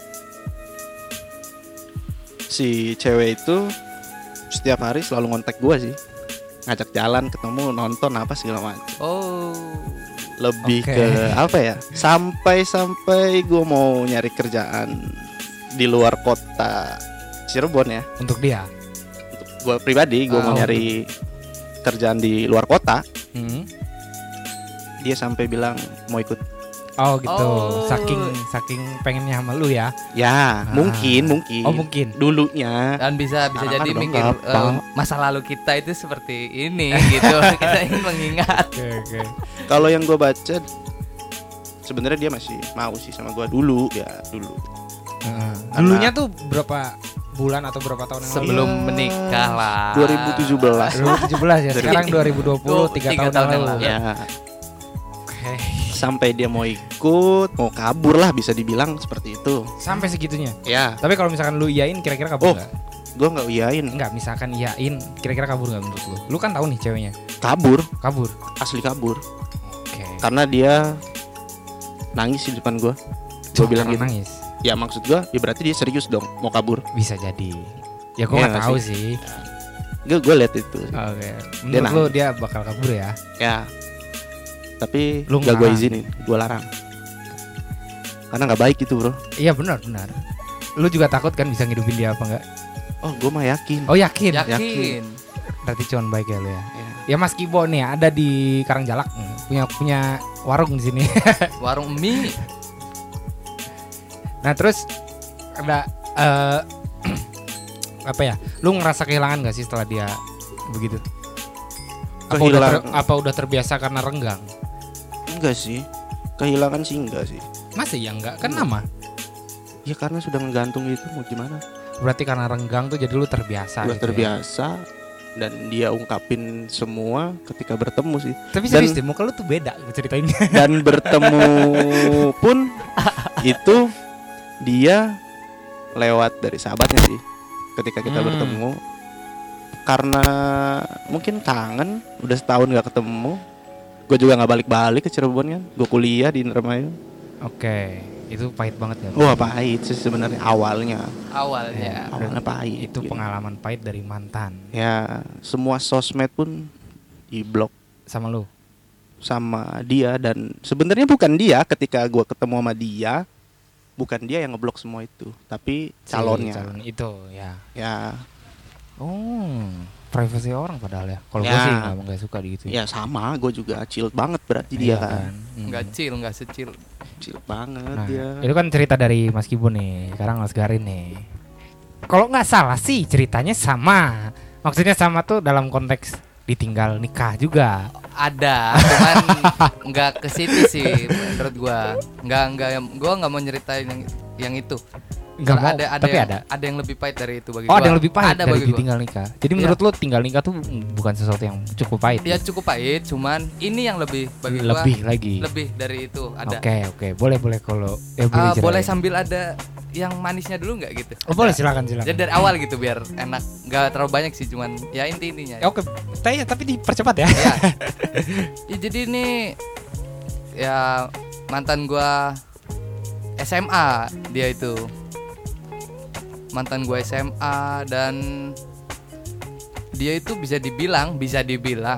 si cewek itu setiap hari selalu ngontek gue sih, ngajak jalan, ketemu, nonton apa segala macam. Oh. Lebih Oke. ke apa ya? Sampai-sampai gue mau nyari kerjaan di luar kota Cirebon ya. corona. Untuk dia. Untuk gue pribadi, gue Ah, mau untuk- nyari kerjaan di luar kota. Hmm. Dia sampai bilang mau ikut. Oh, gitu. Oh. Saking saking pengennya sama lu ya. Ya, Ah. mungkin, mungkin. Oh, mungkin. Dulunya. Dan bisa bisa Anak-anak jadi udah mikir nggak apa. eh, masa lalu kita itu seperti ini gitu. Kita ingin mengingat. Oke, oke. Kalau yang gue baca, sebenarnya dia masih mau sih sama gue dulu, ya dulu. Heeh. Dulunya tuh berapa bulan atau berapa tahun yang lalu? Sebelum Iya. menikah lah. dua ribu tujuh belas. dua ribu tujuh belas ya. Sekarang dua ribu dua puluh, Oh, tiga tiga tahun, tahun yang yang lalu. lalu. Ya, Oke. sampai dia mau ikut, mau kabur lah bisa dibilang seperti itu. Sampai segitunya. Ya, Tapi kalau misalkan lu iyain kira-kira kabur Oh. nggak? gue nggak iyain. Enggak, misalkan iyain kira-kira kabur nggak menurut lu? Lu kan tahu nih ceweknya. Kabur, Kabur. asli kabur. Oke. Karena dia nangis di depan gue. Gue Oh, bilang karena gitu. nangis. Ya maksud gue, ya berarti dia serius dong mau kabur. Bisa jadi. Ya gue Iya nggak nggak tahu sih? sih. Gue gue lihat itu. Oke. Menurut lu dia bakal kabur ya? Ya. Tapi Lu gak gue ngelarang. izinin, gue larang. Karena nggak baik itu bro. Iya benar benar. Lu juga takut kan bisa ngidupin dia apa enggak? Oh gue mah yakin. Oh yakin. Yakin. Yakin. Berarti cuman baik ya lu ya. Ya. Ya Mas Kibo nih ada di Karangjalak. punya punya warung di sini. Warung mie. Nah terus ada uh, apa ya? Lu ngerasa kehilangan gak sih setelah dia begitu? Apa udah, ter, apa udah terbiasa karena renggang? Enggak sih, kehilangan sih enggak sih. Masih ya enggak? Kan nama. Ya karena sudah menggantung itu, mau gimana? Berarti karena renggang tuh jadi lu terbiasa. Udah gitu terbiasa ya? Dan dia ungkapin semua ketika bertemu sih. Tapi serius deh, muka lu tuh beda ceritainnya. Dan bertemu pun itu dia lewat dari sahabatnya sih. Ketika kita hmm. bertemu, karena mungkin kangen, udah setahun gak ketemu. Gue juga gak balik-balik ke Cirebon kan. Gue kuliah di Indramayu. Oke, itu pahit banget ya. Wah pahit sih sebenarnya awalnya. Awalnya. Ya, awalnya pahit. Itu gitu. pengalaman pahit dari mantan. Ya, semua sosmed pun di-blok sama lu. Sama dia, dan sebenarnya bukan dia ketika gue ketemu sama dia. Bukan dia yang ngeblok semua itu, tapi calonnya. Si calon itu, ya. Ya. Oh, privasi orang padahal ya. Kalau ya. gue sih nggak nggak suka gitu. Ya sama, gue juga chill banget berarti iya dia kan. Hmm. Nggak chill, nggak secil. Chill banget Nah, dia. itu kan cerita dari Mas Kibun nih. Sekarang Mas Garin nih. Kalau nggak salah sih ceritanya sama. Maksudnya sama tuh dalam konteks ditinggal nikah juga. Ada, cuman nggak ke situ sih menurut gua. Nggak nggak, gua nggak mau nyeritain yang yang itu. Nggak mau, ada, ada tapi yang, ada. Ada yang lebih pahit dari itu bagi oh, gua. ada yang lebih pahit ada dari bagi ditinggal nikah. Jadi Iya. menurut lo tinggal nikah tuh bukan sesuatu yang cukup pahit. Ya cukup pahit, cuman ini yang lebih bagi gua. Lebih lagi. Lebih dari itu ada. Oke oke, boleh boleh kalau ya Uh, boleh, boleh sambil ada yang manisnya dulu nggak gitu? Oh, boleh silakan silakan. Jadi dari awal gitu biar enak, nggak terlalu banyak sih, cuman ya inti intinya. Ya, oke, tapi tapi dipercepat ya. Ya. Ya, jadi ini ya mantan gua S M A dia itu. Mantan gua S M A dan dia itu bisa dibilang bisa dibilang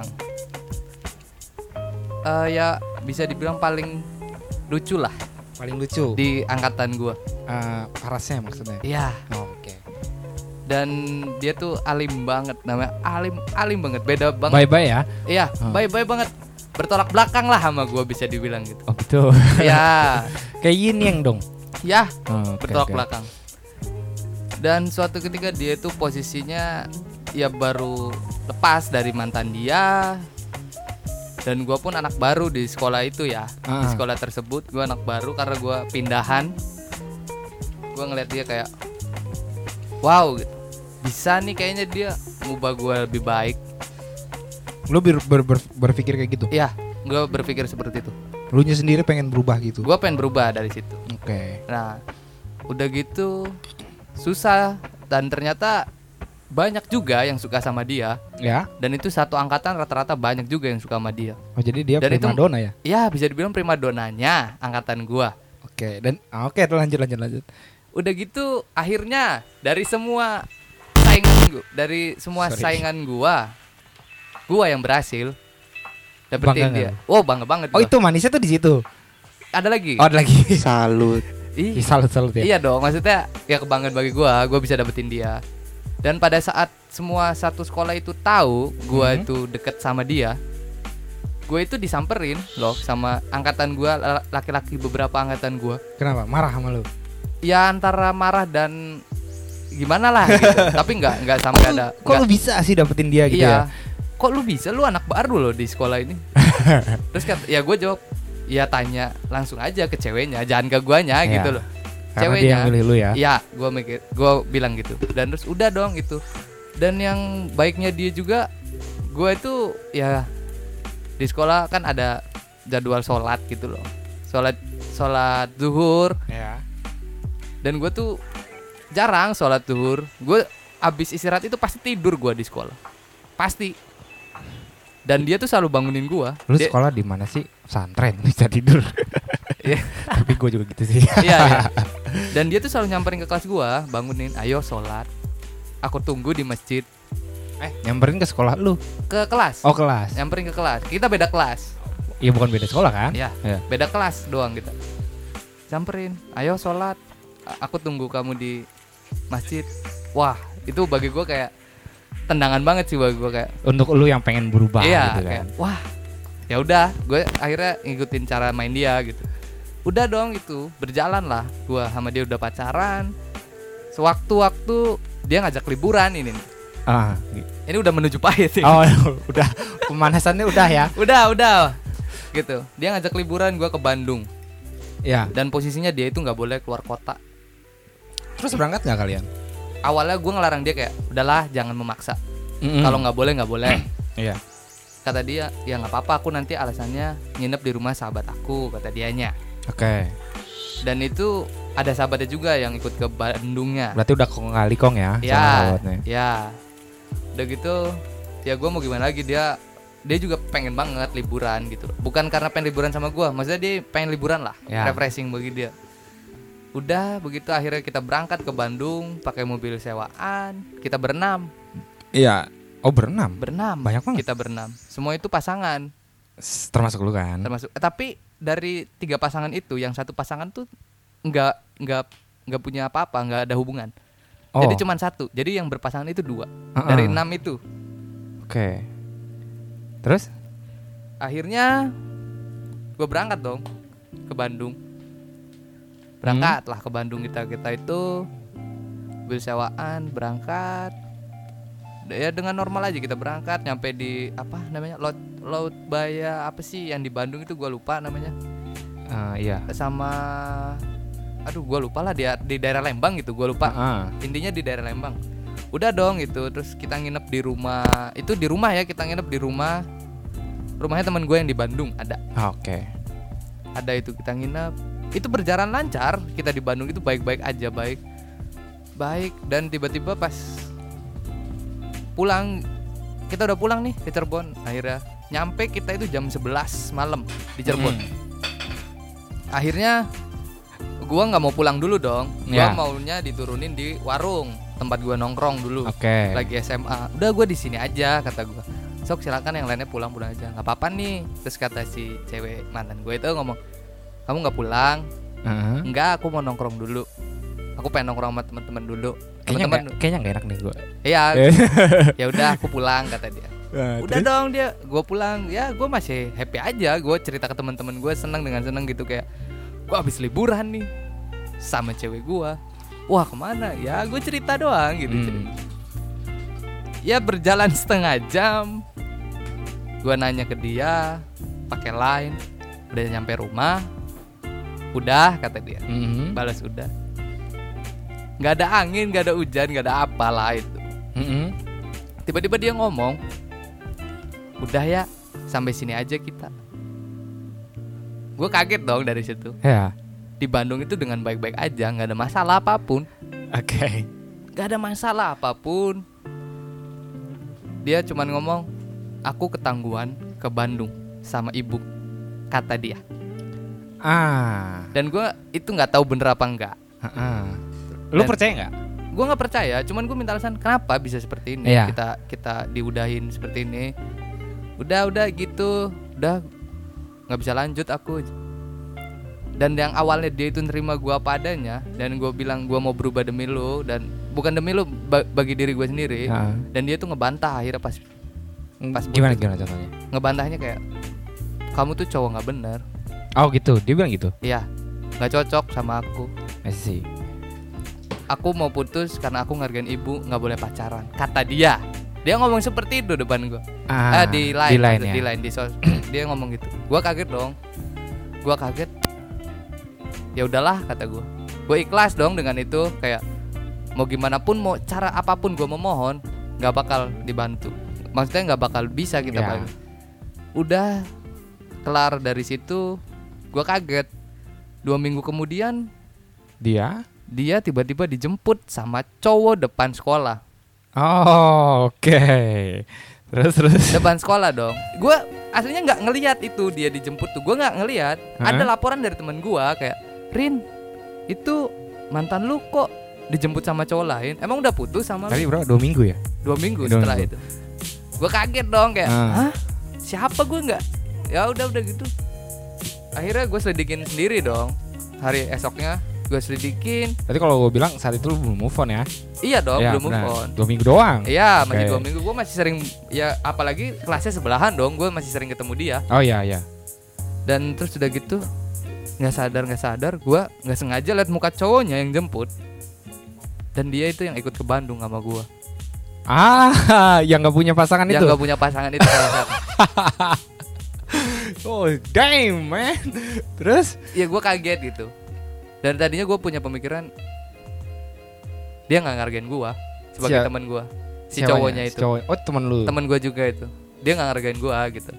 uh, ya bisa dibilang paling lucu lah. Paling lucu di angkatan gua. Uh, parasnya maksudnya. Iya. Oh, oke. Okay. Dan dia tuh alim banget, namanya alim alim banget, beda banget. Bye bye ya. Iya, oh. bye bye banget. Bertolak belakang lah sama gua bisa dibilang gitu. Oh gitu. Ya. Kayak yin yang dong. Ya. Oh, okay, bertolak okay. belakang. Dan suatu ketika dia tuh posisinya ya baru lepas dari mantan dia. Dan gue pun anak baru di sekolah itu ya. Ah. Di sekolah tersebut gue anak baru karena gue pindahan. Gue ngeliat dia kayak wow gitu. Bisa nih kayaknya dia ngubah gue lebih baik. Lu ber, ber, ber, berpikir kayak gitu? Iya, gue berpikir seperti itu. Lu nya sendiri pengen berubah gitu? Gue pengen berubah dari situ. Oke. Okay. Nah udah gitu susah. Dan ternyata banyak juga yang suka sama dia. Ya. Dan itu satu angkatan rata-rata banyak juga yang suka sama dia. Oh jadi dia dan primadona ya? Iya bisa dibilang primadonanya angkatan gua. Oke. Dan oke okay, lanjut lanjut lanjut. Udah gitu akhirnya dari semua saingan gua, dari semua Sorry. saingan gua, gua yang berhasil dapetin bangga dia. Gak? Oh bangga banget. Oh gua. itu manisnya tuh di situ. Ada lagi. Oh ada lagi. Salut. Ih, salut salut ya. Iya dong, maksudnya ya kebanggaan bagi gua, gua bisa dapetin dia. Dan pada saat semua satu sekolah itu tahu gue hmm. itu deket sama dia, gue itu disamperin loh sama angkatan gue, laki-laki beberapa angkatan gue. Kenapa? Marah sama lu? Ya antara marah dan gimana lah gitu. Tapi nggak nggak sampai kok, ada. Kok enggak. lu bisa sih dapetin dia gitu iya. ya? Kok lu bisa? Lu anak baru loh di sekolah ini. Terus kan ya gue jawab, ya tanya langsung aja ke ceweknya, jangan ke guanya ya. gitu loh. Karena Ceweknya, dia yang milih lu ya? Iya, gue mikir, gue bilang gitu. Dan terus udah dong gitu. Dan yang baiknya dia juga, gue itu ya di sekolah kan ada jadwal sholat gitu loh. Sholat sholat zuhur. Ya. Dan gue tuh jarang sholat zuhur. Gue abis istirahat itu pasti tidur gue di sekolah. Pasti. Dan dia tuh selalu bangunin gue. Lu dia, sekolah di mana sih? Pesantren bisa tidur. Tapi gue juga gitu sih. Iya, iya. Dan dia tuh selalu nyamperin ke kelas gue, bangunin, ayo sholat. Aku tunggu di masjid. Eh, nyamperin ke sekolah lu? Ke kelas. Oh kelas. Nyamperin ke kelas. Kita beda kelas. Iya bukan beda sekolah kan? Iya. Ya. Beda kelas doang kita. Samperin, ayo sholat. Aku tunggu kamu di masjid. Wah, itu bagi gue kayak tendangan banget sih bagi gue kayak. Untuk lu yang pengen berubah iya, gitu kan. Kayak, wah, Ya udah, gue akhirnya ngikutin cara main dia gitu. Udah dong itu, berjalan lah. Gue sama dia udah pacaran. Sewaktu-waktu dia ngajak liburan ini nih. Ah. Ini udah menuju pahit sih. Oh, udah pemanasannya udah ya. Udah, udah. Gitu. Dia ngajak liburan, gue ke Bandung. Ya. Dan posisinya dia itu nggak boleh keluar kota. Terus berangkat nggak kalian? Awalnya gue ngelarang dia kayak, udahlah jangan memaksa. Mm-mm. Kalau nggak boleh nggak boleh. Iya. Kata dia, ya nggak apa-apa, aku nanti alasannya nginep di rumah sahabat aku, kata dianya. Oke. Okay. Dan itu ada sahabatnya juga yang ikut ke Bandungnya. Berarti udah kong kali kong ya? Ya, sama sahabatnya. ya. Udah gitu, ya gue mau gimana lagi, dia dia juga pengen banget liburan gitu. Bukan karena pengen liburan sama gue, maksudnya dia pengen liburan lah, Ya. refreshing bagi dia. Udah begitu akhirnya kita berangkat ke Bandung pakai mobil sewaan, kita berenam. Iya. Oh berenam. Berenam. Banyak banget. Kita berenam. Semua itu pasangan. S- Termasuk lu kan? Termasuk eh, tapi dari tiga pasangan itu yang satu pasangan tuh nggak nggak nggak punya apa-apa, nggak ada hubungan. Oh. Jadi cuma satu. Jadi yang berpasangan itu dua. Uh-uh. Dari enam itu. Oke. Terus? Akhirnya gue berangkat dong ke Bandung. Berangkat lah ke Bandung kita kita itu mobil sewaan berangkat. Ya dengan normal aja kita berangkat, nyampe di apa namanya laut laut Baya apa sih yang di Bandung itu gue lupa namanya. Uh, iya. Sama aduh gue lupa lah, dia di daerah Lembang gitu, gue lupa. Uh-uh. Intinya di daerah Lembang. Udah dong itu, terus kita nginep di rumah. Itu di rumah ya, kita nginep di rumah. Rumahnya teman gue yang di Bandung ada. Oke. Ada itu kita nginep. Itu berjalan lancar, kita di Bandung itu baik-baik aja, baik. Baik dan tiba-tiba pas pulang, kita udah pulang nih ke Cirebon. Akhirnya nyampe kita itu jam sebelas malam di Cirebon. Hmm. Akhirnya gua nggak mau pulang dulu dong. Gua Ya. maunya diturunin di warung tempat gua nongkrong dulu. Oke. Lagi S M A. Udah gua di sini aja kata gua. Sok silakan yang lainnya pulang-pulang aja. Nggak apa-apa nih. Terus kata si cewek mantan gue itu ngomong, "Kamu nggak pulang?" Uh-huh. "Enggak, aku mau nongkrong dulu. Aku pengen nongkrong sama teman-teman dulu." Kayaknya Teman-teman. nggak- kayaknya nggak enak nih gue. Iya. Ya udah aku pulang kata dia. Uh, Udah dong dia, gue pulang. Ya gue masih happy aja. Gue cerita ke teman-teman gue, senang dengan senang gitu, kayak gue habis liburan nih sama cewek gue. Wah kemana? Ya gue cerita doang gitu. Hmm. cerita. Ya berjalan setengah jam. Gue nanya ke dia pakai line, udah nyampe rumah? Udah kata dia. Mhm. Balas udah. Nggak ada angin, nggak ada hujan, nggak ada apalah itu. Mhm. Tiba-tiba dia ngomong, udah ya, sampai sini aja kita. Gue kaget dong dari situ. Ya. Di Bandung itu dengan baik-baik aja, nggak ada masalah apapun, Oke. nggak ada masalah apapun. Dia cuman ngomong, aku ketangguhan ke Bandung sama ibu, kata dia. Ah. Dan gue itu nggak tahu bener apa enggak. Uh-uh. Lu Dan- percaya nggak? Gue nggak percaya, cuman gue minta alasan kenapa bisa seperti ini. Iya. Kita kita diudahin seperti ini. Udah udah gitu, udah nggak bisa lanjut aku. Dan yang awalnya dia itu nerima gue apa adanya, dan gue bilang gue mau berubah demi lu, dan bukan demi lu, ba- bagi diri gue sendiri. Heeh. Dan dia tuh ngebantah akhirnya pas Pas Gimana putus. gimana contohnya? ngebantahnya kayak, kamu tuh cowok nggak bener. Oh gitu, dia bilang gitu. Iya, nggak cocok sama aku. Masih. Aku mau putus karena aku ngargain ibu, nggak boleh pacaran, kata dia. Dia ngomong seperti itu depan gue. Ah, Ah, di line, di line maksud- ya. di line di sos. Dia ngomong gitu. Gua kaget dong. Gua kaget. Ya udahlah kata gua. Gua ikhlas dong dengan itu, kayak mau gimana pun, mau cara apapun gua memohon, nggak bakal dibantu. Maksudnya nggak bakal bisa kita Ya. bantu. Udah kelar dari situ, gua kaget. Dua minggu kemudian Dia? dia tiba-tiba dijemput sama cowok depan sekolah. Oh, oke. Terus terus. Depan sekolah dong. Gue aslinya nggak ngelihat itu dia dijemput tuh. Gue nggak ngelihat. Hah? Ada laporan dari teman gue kayak, Rin, itu mantan lu kok dijemput sama cowok lain. Emang udah putus sama Tadi lu? berapa? Dua minggu ya? Dua minggu Dua setelah minggu. itu. Gue kaget dong kayak, Ah. hah? Siapa gue nggak? Ya udah udah gitu. Akhirnya gue selidikin sendiri dong. Hari esoknya gue selidikin. Berarti kalau gue bilang saat itu lu belum move on ya? Iya dong, Ya, belum move benar. on. Dua minggu doang. Iya, masih Oke. dua minggu. Gue masih sering, ya apalagi kelasnya sebelahan dong. Gue masih sering ketemu dia. Oh iya iya. Dan terus udah gitu, nggak sadar nggak sadar, gue nggak sengaja liat muka cowoknya yang jemput. Dan dia itu yang ikut ke Bandung sama gue. Ah, yang nggak punya pasangan Yang itu. nggak punya pasangan itu salah satu. Oh damn man. Terus? Ya gue kaget gitu. Dan tadinya gue punya pemikiran dia nggak ngargain gue sebagai Siap. teman gue. Si Siapanya? cowoknya Si itu. cowok. Oh temen lu. Temen gue juga itu. Dia nggak ngargain gue gitu.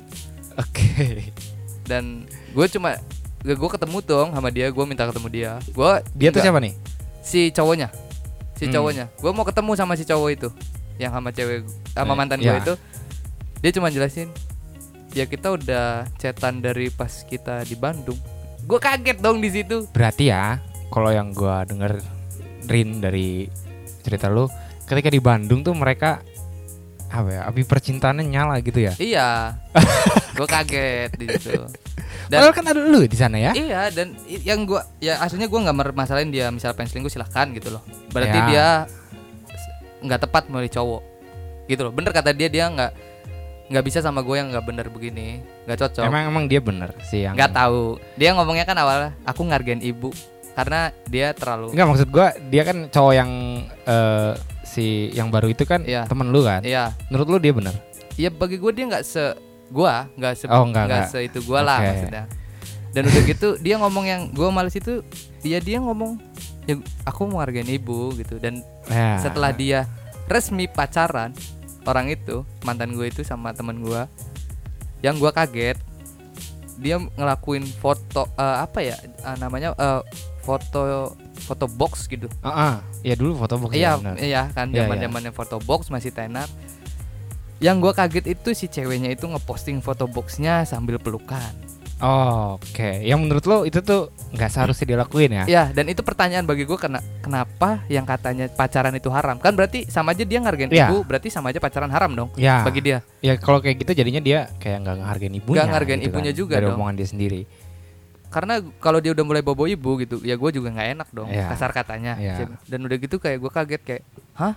Oke. Dan gue cuma gue ketemu dong sama dia, gue minta ketemu dia. Gue Dia tuh siapa nih? Si cowoknya. Si Hmm. cowoknya. Gue mau ketemu sama si cowok itu yang sama cewek sama Eh, mantan ya. gue itu. Dia cuma jelasin, ya kita udah chatan dari pas kita di Bandung. Gue kaget dong di situ. Berarti ya, kalau yang gua dengerin dari cerita lu, ketika di Bandung tuh mereka apa ya? Api percintaannya nyala gitu ya? Iya. Gue kaget di situ. Padahal Dan kan ada lu di sana ya? iya, dan i- yang gua ya aslinya gua nggak mermasalahin dia misal pengen selingkuh silahkan gitu loh. Berarti Ya. dia s- nggak tepat milih cowok. Gitu loh. Bener kata dia, dia nggak nggak bisa sama gue yang nggak bener begini, nggak cocok. Emang emang dia bener sih yang Nggak tahu. Dia ngomongnya kan awalnya aku ngargain ibu karena dia terlalu. Enggak, maksud gua dia kan cowok yang eh, si yang baru itu kan Iya. temen lu kan? Iya. Menurut lu dia bener? Ya bagi gue dia nggak se gua nggak se Oh, nggak, nggak nggak. se itu gua lah Oke. maksudnya. Dan udah gitu dia ngomong yang gua males itu, ya dia ngomong ya aku mau hargain ibu gitu. Dan Ya. setelah dia resmi pacaran orang itu, mantan gue itu sama teman gua, yang gua kaget dia ngelakuin foto eh, apa ya eh, namanya eh, foto foto box gitu. Heeh. Ya dulu foto box Iya, ya, bener. iya kan Iya, zaman-zamannya foto box masih tenar. Yang gua kaget itu si ceweknya itu ngeposting foto boxnya sambil pelukan. Oh, oke. Yang menurut lo itu tuh nggak seharusnya dilakuin ya? Ya, dan itu pertanyaan bagi gua, kena kenapa yang katanya pacaran itu haram? Kan berarti sama aja dia ngargain Iya. ibu, berarti sama aja pacaran haram dong Ya. bagi dia. Ya kalau kayak gitu jadinya dia kayak nggak ngehargain ibunya. Nggak ngehargain gitu ibunya kan, juga dari dong. omongan dia sendiri. Karena kalau dia udah mulai bobo ibu gitu, ya gue juga nggak enak dong, Iya. kasar katanya. Iya. Dan udah gitu kayak gue kaget kayak, hah?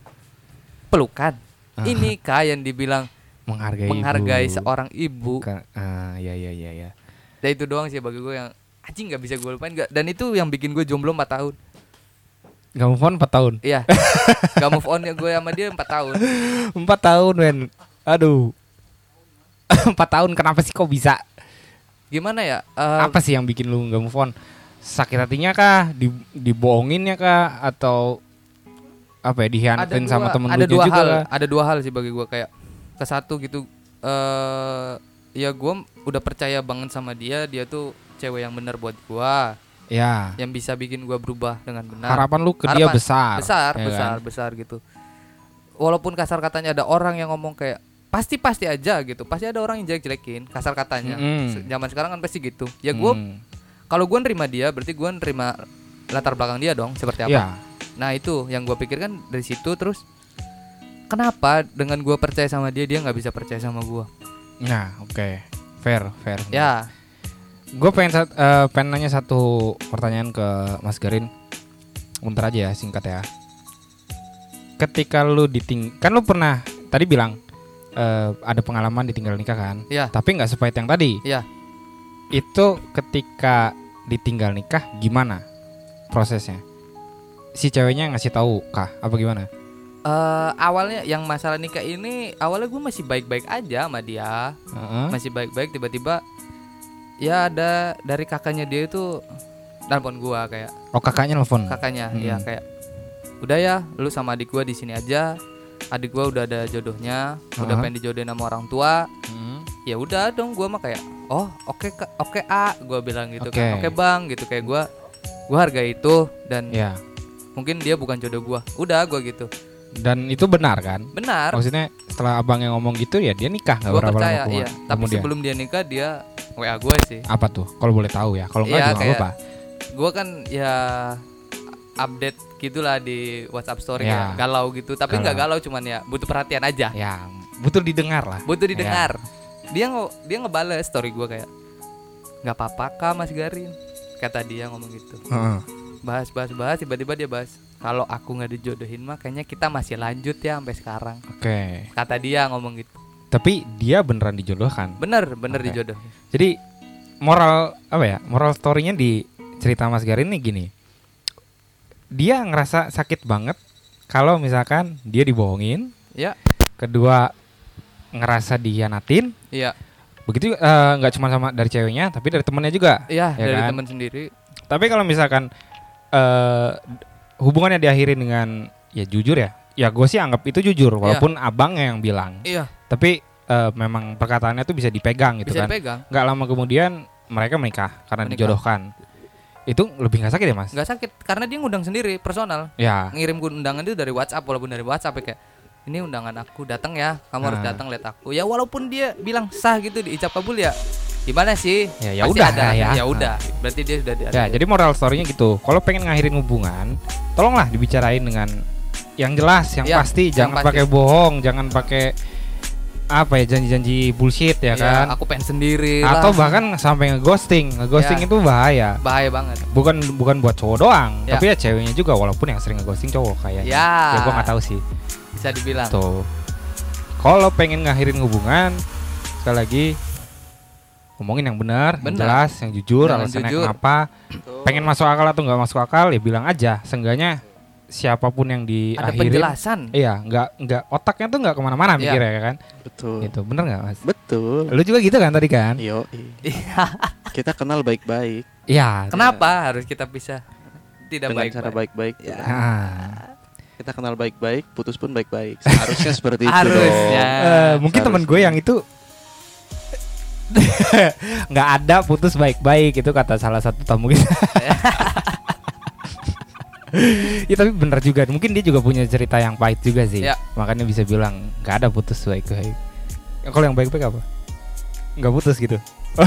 Pelukan? Ah. Ini kah yang dibilang Menghargai, menghargai ibu. seorang ibu? Bukan, ah, ya ya ya ya. Dan itu doang sih bagi gue yang anjing nggak bisa gue lupain. Gak, dan itu yang bikin gue jomblo empat tahun. Gak move on empat tahun. Iya. Gak move on ya gue sama dia empat tahun. empat tahun men. Aduh. empat tahun kenapa sih kok bisa? Gimana ya? Eh, Apa sih yang bikin lu gak move on? Sakit hatinya kah? Di, dibohonginnya kah? Atau apa ya, dihianatin sama temen ada lu dua juga hal, kah? ada dua hal sih bagi gue kayak ke satu gitu. Eh ya gue udah percaya banget sama dia, dia tuh cewek yang benar buat gue, Ya. yang bisa bikin gue berubah dengan benar. Harapan lu ke dia Harapan besar. besar, ya besar, kan? besar gitu. Walaupun kasar katanya ada orang yang ngomong kayak pasti pasti aja gitu, pasti ada orang yang jelek-jelekin kasar katanya. Mm-mm. Se- Zaman sekarang kan pasti gitu. Ya gue Hmm. kalau gue nerima dia, berarti gue nerima latar belakang dia dong seperti apa. Ya. Nah itu yang gue pikirkan dari situ. Terus kenapa dengan gue percaya sama dia, dia nggak bisa percaya sama gue? Nah, oke. Fair, fair. Ya, Gue pengen sat- eh, pengen nanya satu pertanyaan ke Mas Garin. Bentar aja ya, singkat ya. Ketika lu diting, kan lu pernah tadi bilang eh, ada pengalaman ditinggal nikah kan? ya, Tapi nggak sepahit yang tadi. ya. Itu ketika ditinggal nikah gimana prosesnya? Si ceweknya ngasih tahu kah? Apa gimana? Eh, awalnya yang masalah nikah ini, awalnya gue masih baik-baik aja sama dia, Heeh. masih baik-baik. Tiba-tiba ya ada dari kakaknya dia itu nelfon gue kayak Oh, kakaknya nelfon. kakaknya Hmm. ya kayak udah ya lu sama adik gue di sini aja, adik gue udah ada jodohnya, udah Uh-huh. pengen dijodohin sama orang tua. Hmm. Ya udah dong, gue mah kayak oh oke Kak, oke A, gue bilang gitu Oke. kan, oke bang gitu, kayak gue gue hargai itu dan Ya. mungkin dia bukan jodoh gue, udah gue gitu. Dan itu benar kan? Benar, Maksudnya setelah abang yang ngomong gitu ya dia nikah nggak gue berapa percaya lama iya. kemudian? Tapi sebelum dia nikah dia W A gue sih. Apa tuh? Kalau boleh tahu ya. Kalau enggak Iya, juga nggak kayak apa-apa. Gue kan ya update gitulah di WhatsApp story Ya. kayak galau gitu, tapi Galau. nggak galau, cuman ya butuh perhatian aja, Ya, butuh didengar lah. butuh didengar. Dia nge dia ngebales story gue kayak nggak apa-apa kak Mas Garin, kata dia ngomong gitu. Heeh. bahas bahas bahas tiba-tiba dia bahas kalau aku nggak dijodohin mah kayaknya kita masih lanjut ya sampai sekarang. Oke. Kata dia ngomong gitu. Tapi dia beneran dijodohkan. Bener bener Oke. dijodohin. Jadi moral apa ya? Moral story-nya di cerita Mas Garin nih gini. Dia ngerasa sakit banget kalau misalkan dia dibohongin. Ya. Kedua ngerasa dihianatin. Iya. Begitu eh, nggak cuma sama dari ceweknya, tapi dari temennya juga. Iya Ya dari kan? teman sendiri. Tapi kalau misalkan eh hubungannya diakhiri dengan ya jujur ya, ya gue sih anggap itu jujur, walaupun abangnya yang bilang. Iya. Tapi eh, memang perkataannya tuh bisa dipegang gitu Bisa kan. dipegang. Nggak lama kemudian mereka menikah karena Menikah. dijodohkan. Itu lebih nggak sakit ya mas? Nggak sakit karena dia ngundang sendiri personal. Ya. Ngirim undangan itu dari WhatsApp walaupun dari WhatsApp ya kayak ini undangan aku datang ya, kamu harus Nah. datang lihat aku. Ya walaupun dia bilang sah gitu diicap kabul ya. Gimana sih? Ya, ya Pasti udah ada, lah ya. Ya udah. Berarti dia sudah di Ya, jadi moral story-nya gitu. Kalau pengen ngakhirin hubungan, tolonglah dibicarain dengan yang jelas, yang Ya, pasti, yang jangan pasti. pakai bohong, jangan pakai apa ya janji-janji bullshit ya, Ya, kan. aku pengen sendiri Atau lah. bahkan sampai ngeghosting. Ngeghosting Ya. itu bahaya. Bahaya banget. Bukan bukan buat cowok doang, Ya. tapi ya ceweknya juga walaupun yang sering ngeghosting cowok kayaknya. Ya. Ya gua nggak tahu sih. Bisa dibilang. Tuh. Kalau pengen ngakhirin hubungan, sekali lagi ngomongin yang benar, yang Benar. jelas, yang jujur, Jangan alasannya jujur. kenapa. Pengen masuk akal atau nggak masuk akal ya bilang aja. Seenggaknya siapapun yang Ada diakhirin, penjelasan. iya nggak nggak otaknya tuh nggak kemana-mana Iya. mikirnya ya kan. Betul. Gitu bener nggak mas? Betul. Lu juga gitu kan tadi kan? Yo, Iya. kita kenal baik-baik Iya. Kenapa harus kita pisah? Tidak dengan baik. cara baik-baik. Ya. Nah, Kita kenal baik-baik, putus pun baik-baik. Seharusnya seperti itu Harusnya. dong. eh, mungkin temen Seharusnya. gue yang itu nggak ada putus baik-baik itu kata salah satu tamu kita. Ya tapi bener juga, mungkin dia juga punya cerita yang pahit juga sih. Ya. Makanya bisa bilang nggak ada putus baik-baik. Kalau yang baik-baik apa? Nggak putus gitu.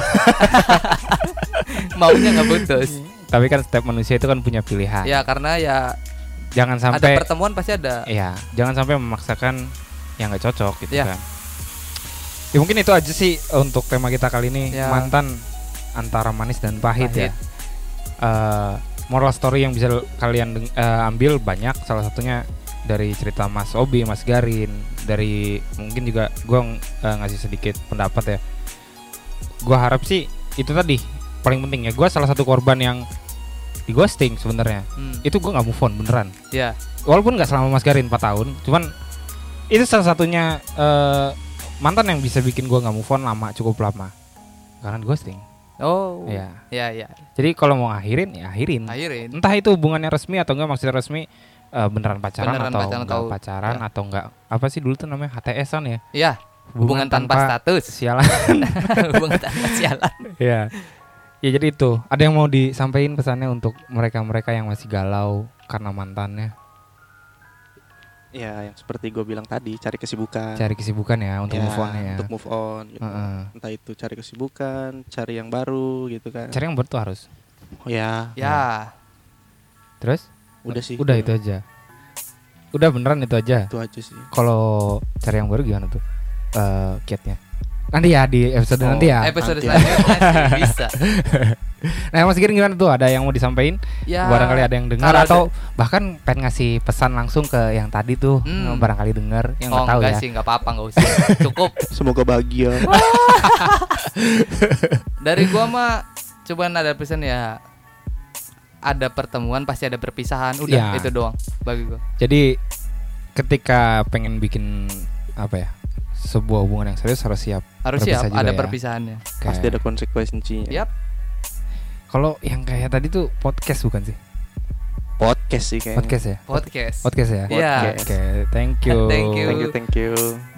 Maunya nggak putus. Tapi kan setiap manusia itu kan punya pilihan. Ya karena ya Jangan ada sampai pertemuan pasti ada. Iya, jangan sampai memaksakan yang nggak cocok gitu Ya. kan. Ya mungkin itu aja sih untuk tema kita kali ini, Ya. mantan antara manis dan pahit, Pahit. ya. Eh, moral story yang bisa kalian deng- eh, ambil banyak, salah satunya dari cerita Mas Obi, Mas Garin, dari mungkin juga gue ngasih sedikit pendapat ya. Gue harap sih itu tadi paling penting ya. Gue salah satu korban yang di ghosting sebenarnya. Hmm. Itu gue nggak move on beneran. Ya. Walaupun nggak selama Mas Garin empat tahun, cuman itu salah satunya eh, mantan yang bisa bikin gue nggak move on lama, cukup lama karena di ghosting. Oh. Ya. Ya ya. Jadi kalau mau ngakhirin ya akhirin. Akhirin. Entah itu hubungannya resmi atau enggak, maksudnya resmi eh, beneran pacaran Beneran atau pacaran enggak atau- pacaran ya. atau enggak apa sih dulu tuh namanya H T S-an ya. Ya. Hubungan tanpa status. sialan. Hubungan tanpa sialan. Ya. Ya jadi itu. Ada yang mau disampaikan pesannya untuk mereka-mereka yang masih galau karena mantannya? Ya, yang seperti gue bilang tadi, cari kesibukan. Cari kesibukan ya untuk Ya, move on ya. Untuk move on gitu. Heeh. Entah itu cari kesibukan, cari yang baru gitu kan. Cari yang baru tuh harus. Oh ya, Ya. Terus? udah sih. Udah itu aja. Udah beneran itu aja. Itu aja sih. Kalau cari yang baru gimana tuh? Eh kiatnya. Nanti ya di episode Oh, nanti ya. Episode nanti. selanjutnya sih bisa. Nah, Mas Giring gimana tuh? Ada yang mau disampaikan? Ya. Barangkali ada yang dengar kalau atau bahkan pengen ngasih pesan langsung ke yang tadi tuh, Hmm. barangkali dengar yang Oh nggak tahu enggak ya. sih, enggak apa-apa, enggak usah. Cukup. Semoga bahagia. Dari gua mah cobaan ada pesan ya. Ada pertemuan pasti ada perpisahan. Udah Ya. itu doang bagi gua. Jadi ketika pengen bikin apa ya? Sebuah hubungan yang serius harus siap. Harus Berpisah siap juga ada ya. perpisahannya. Kayak- Pasti ada konsekuensinya. Yap. Kalau yang kayak tadi tuh podcast bukan sih? Podcast sih kayaknya. Podcast ya? Podcast. Podcast ya? Iya. Oke, thank you. Thank you. Thank you, thank you.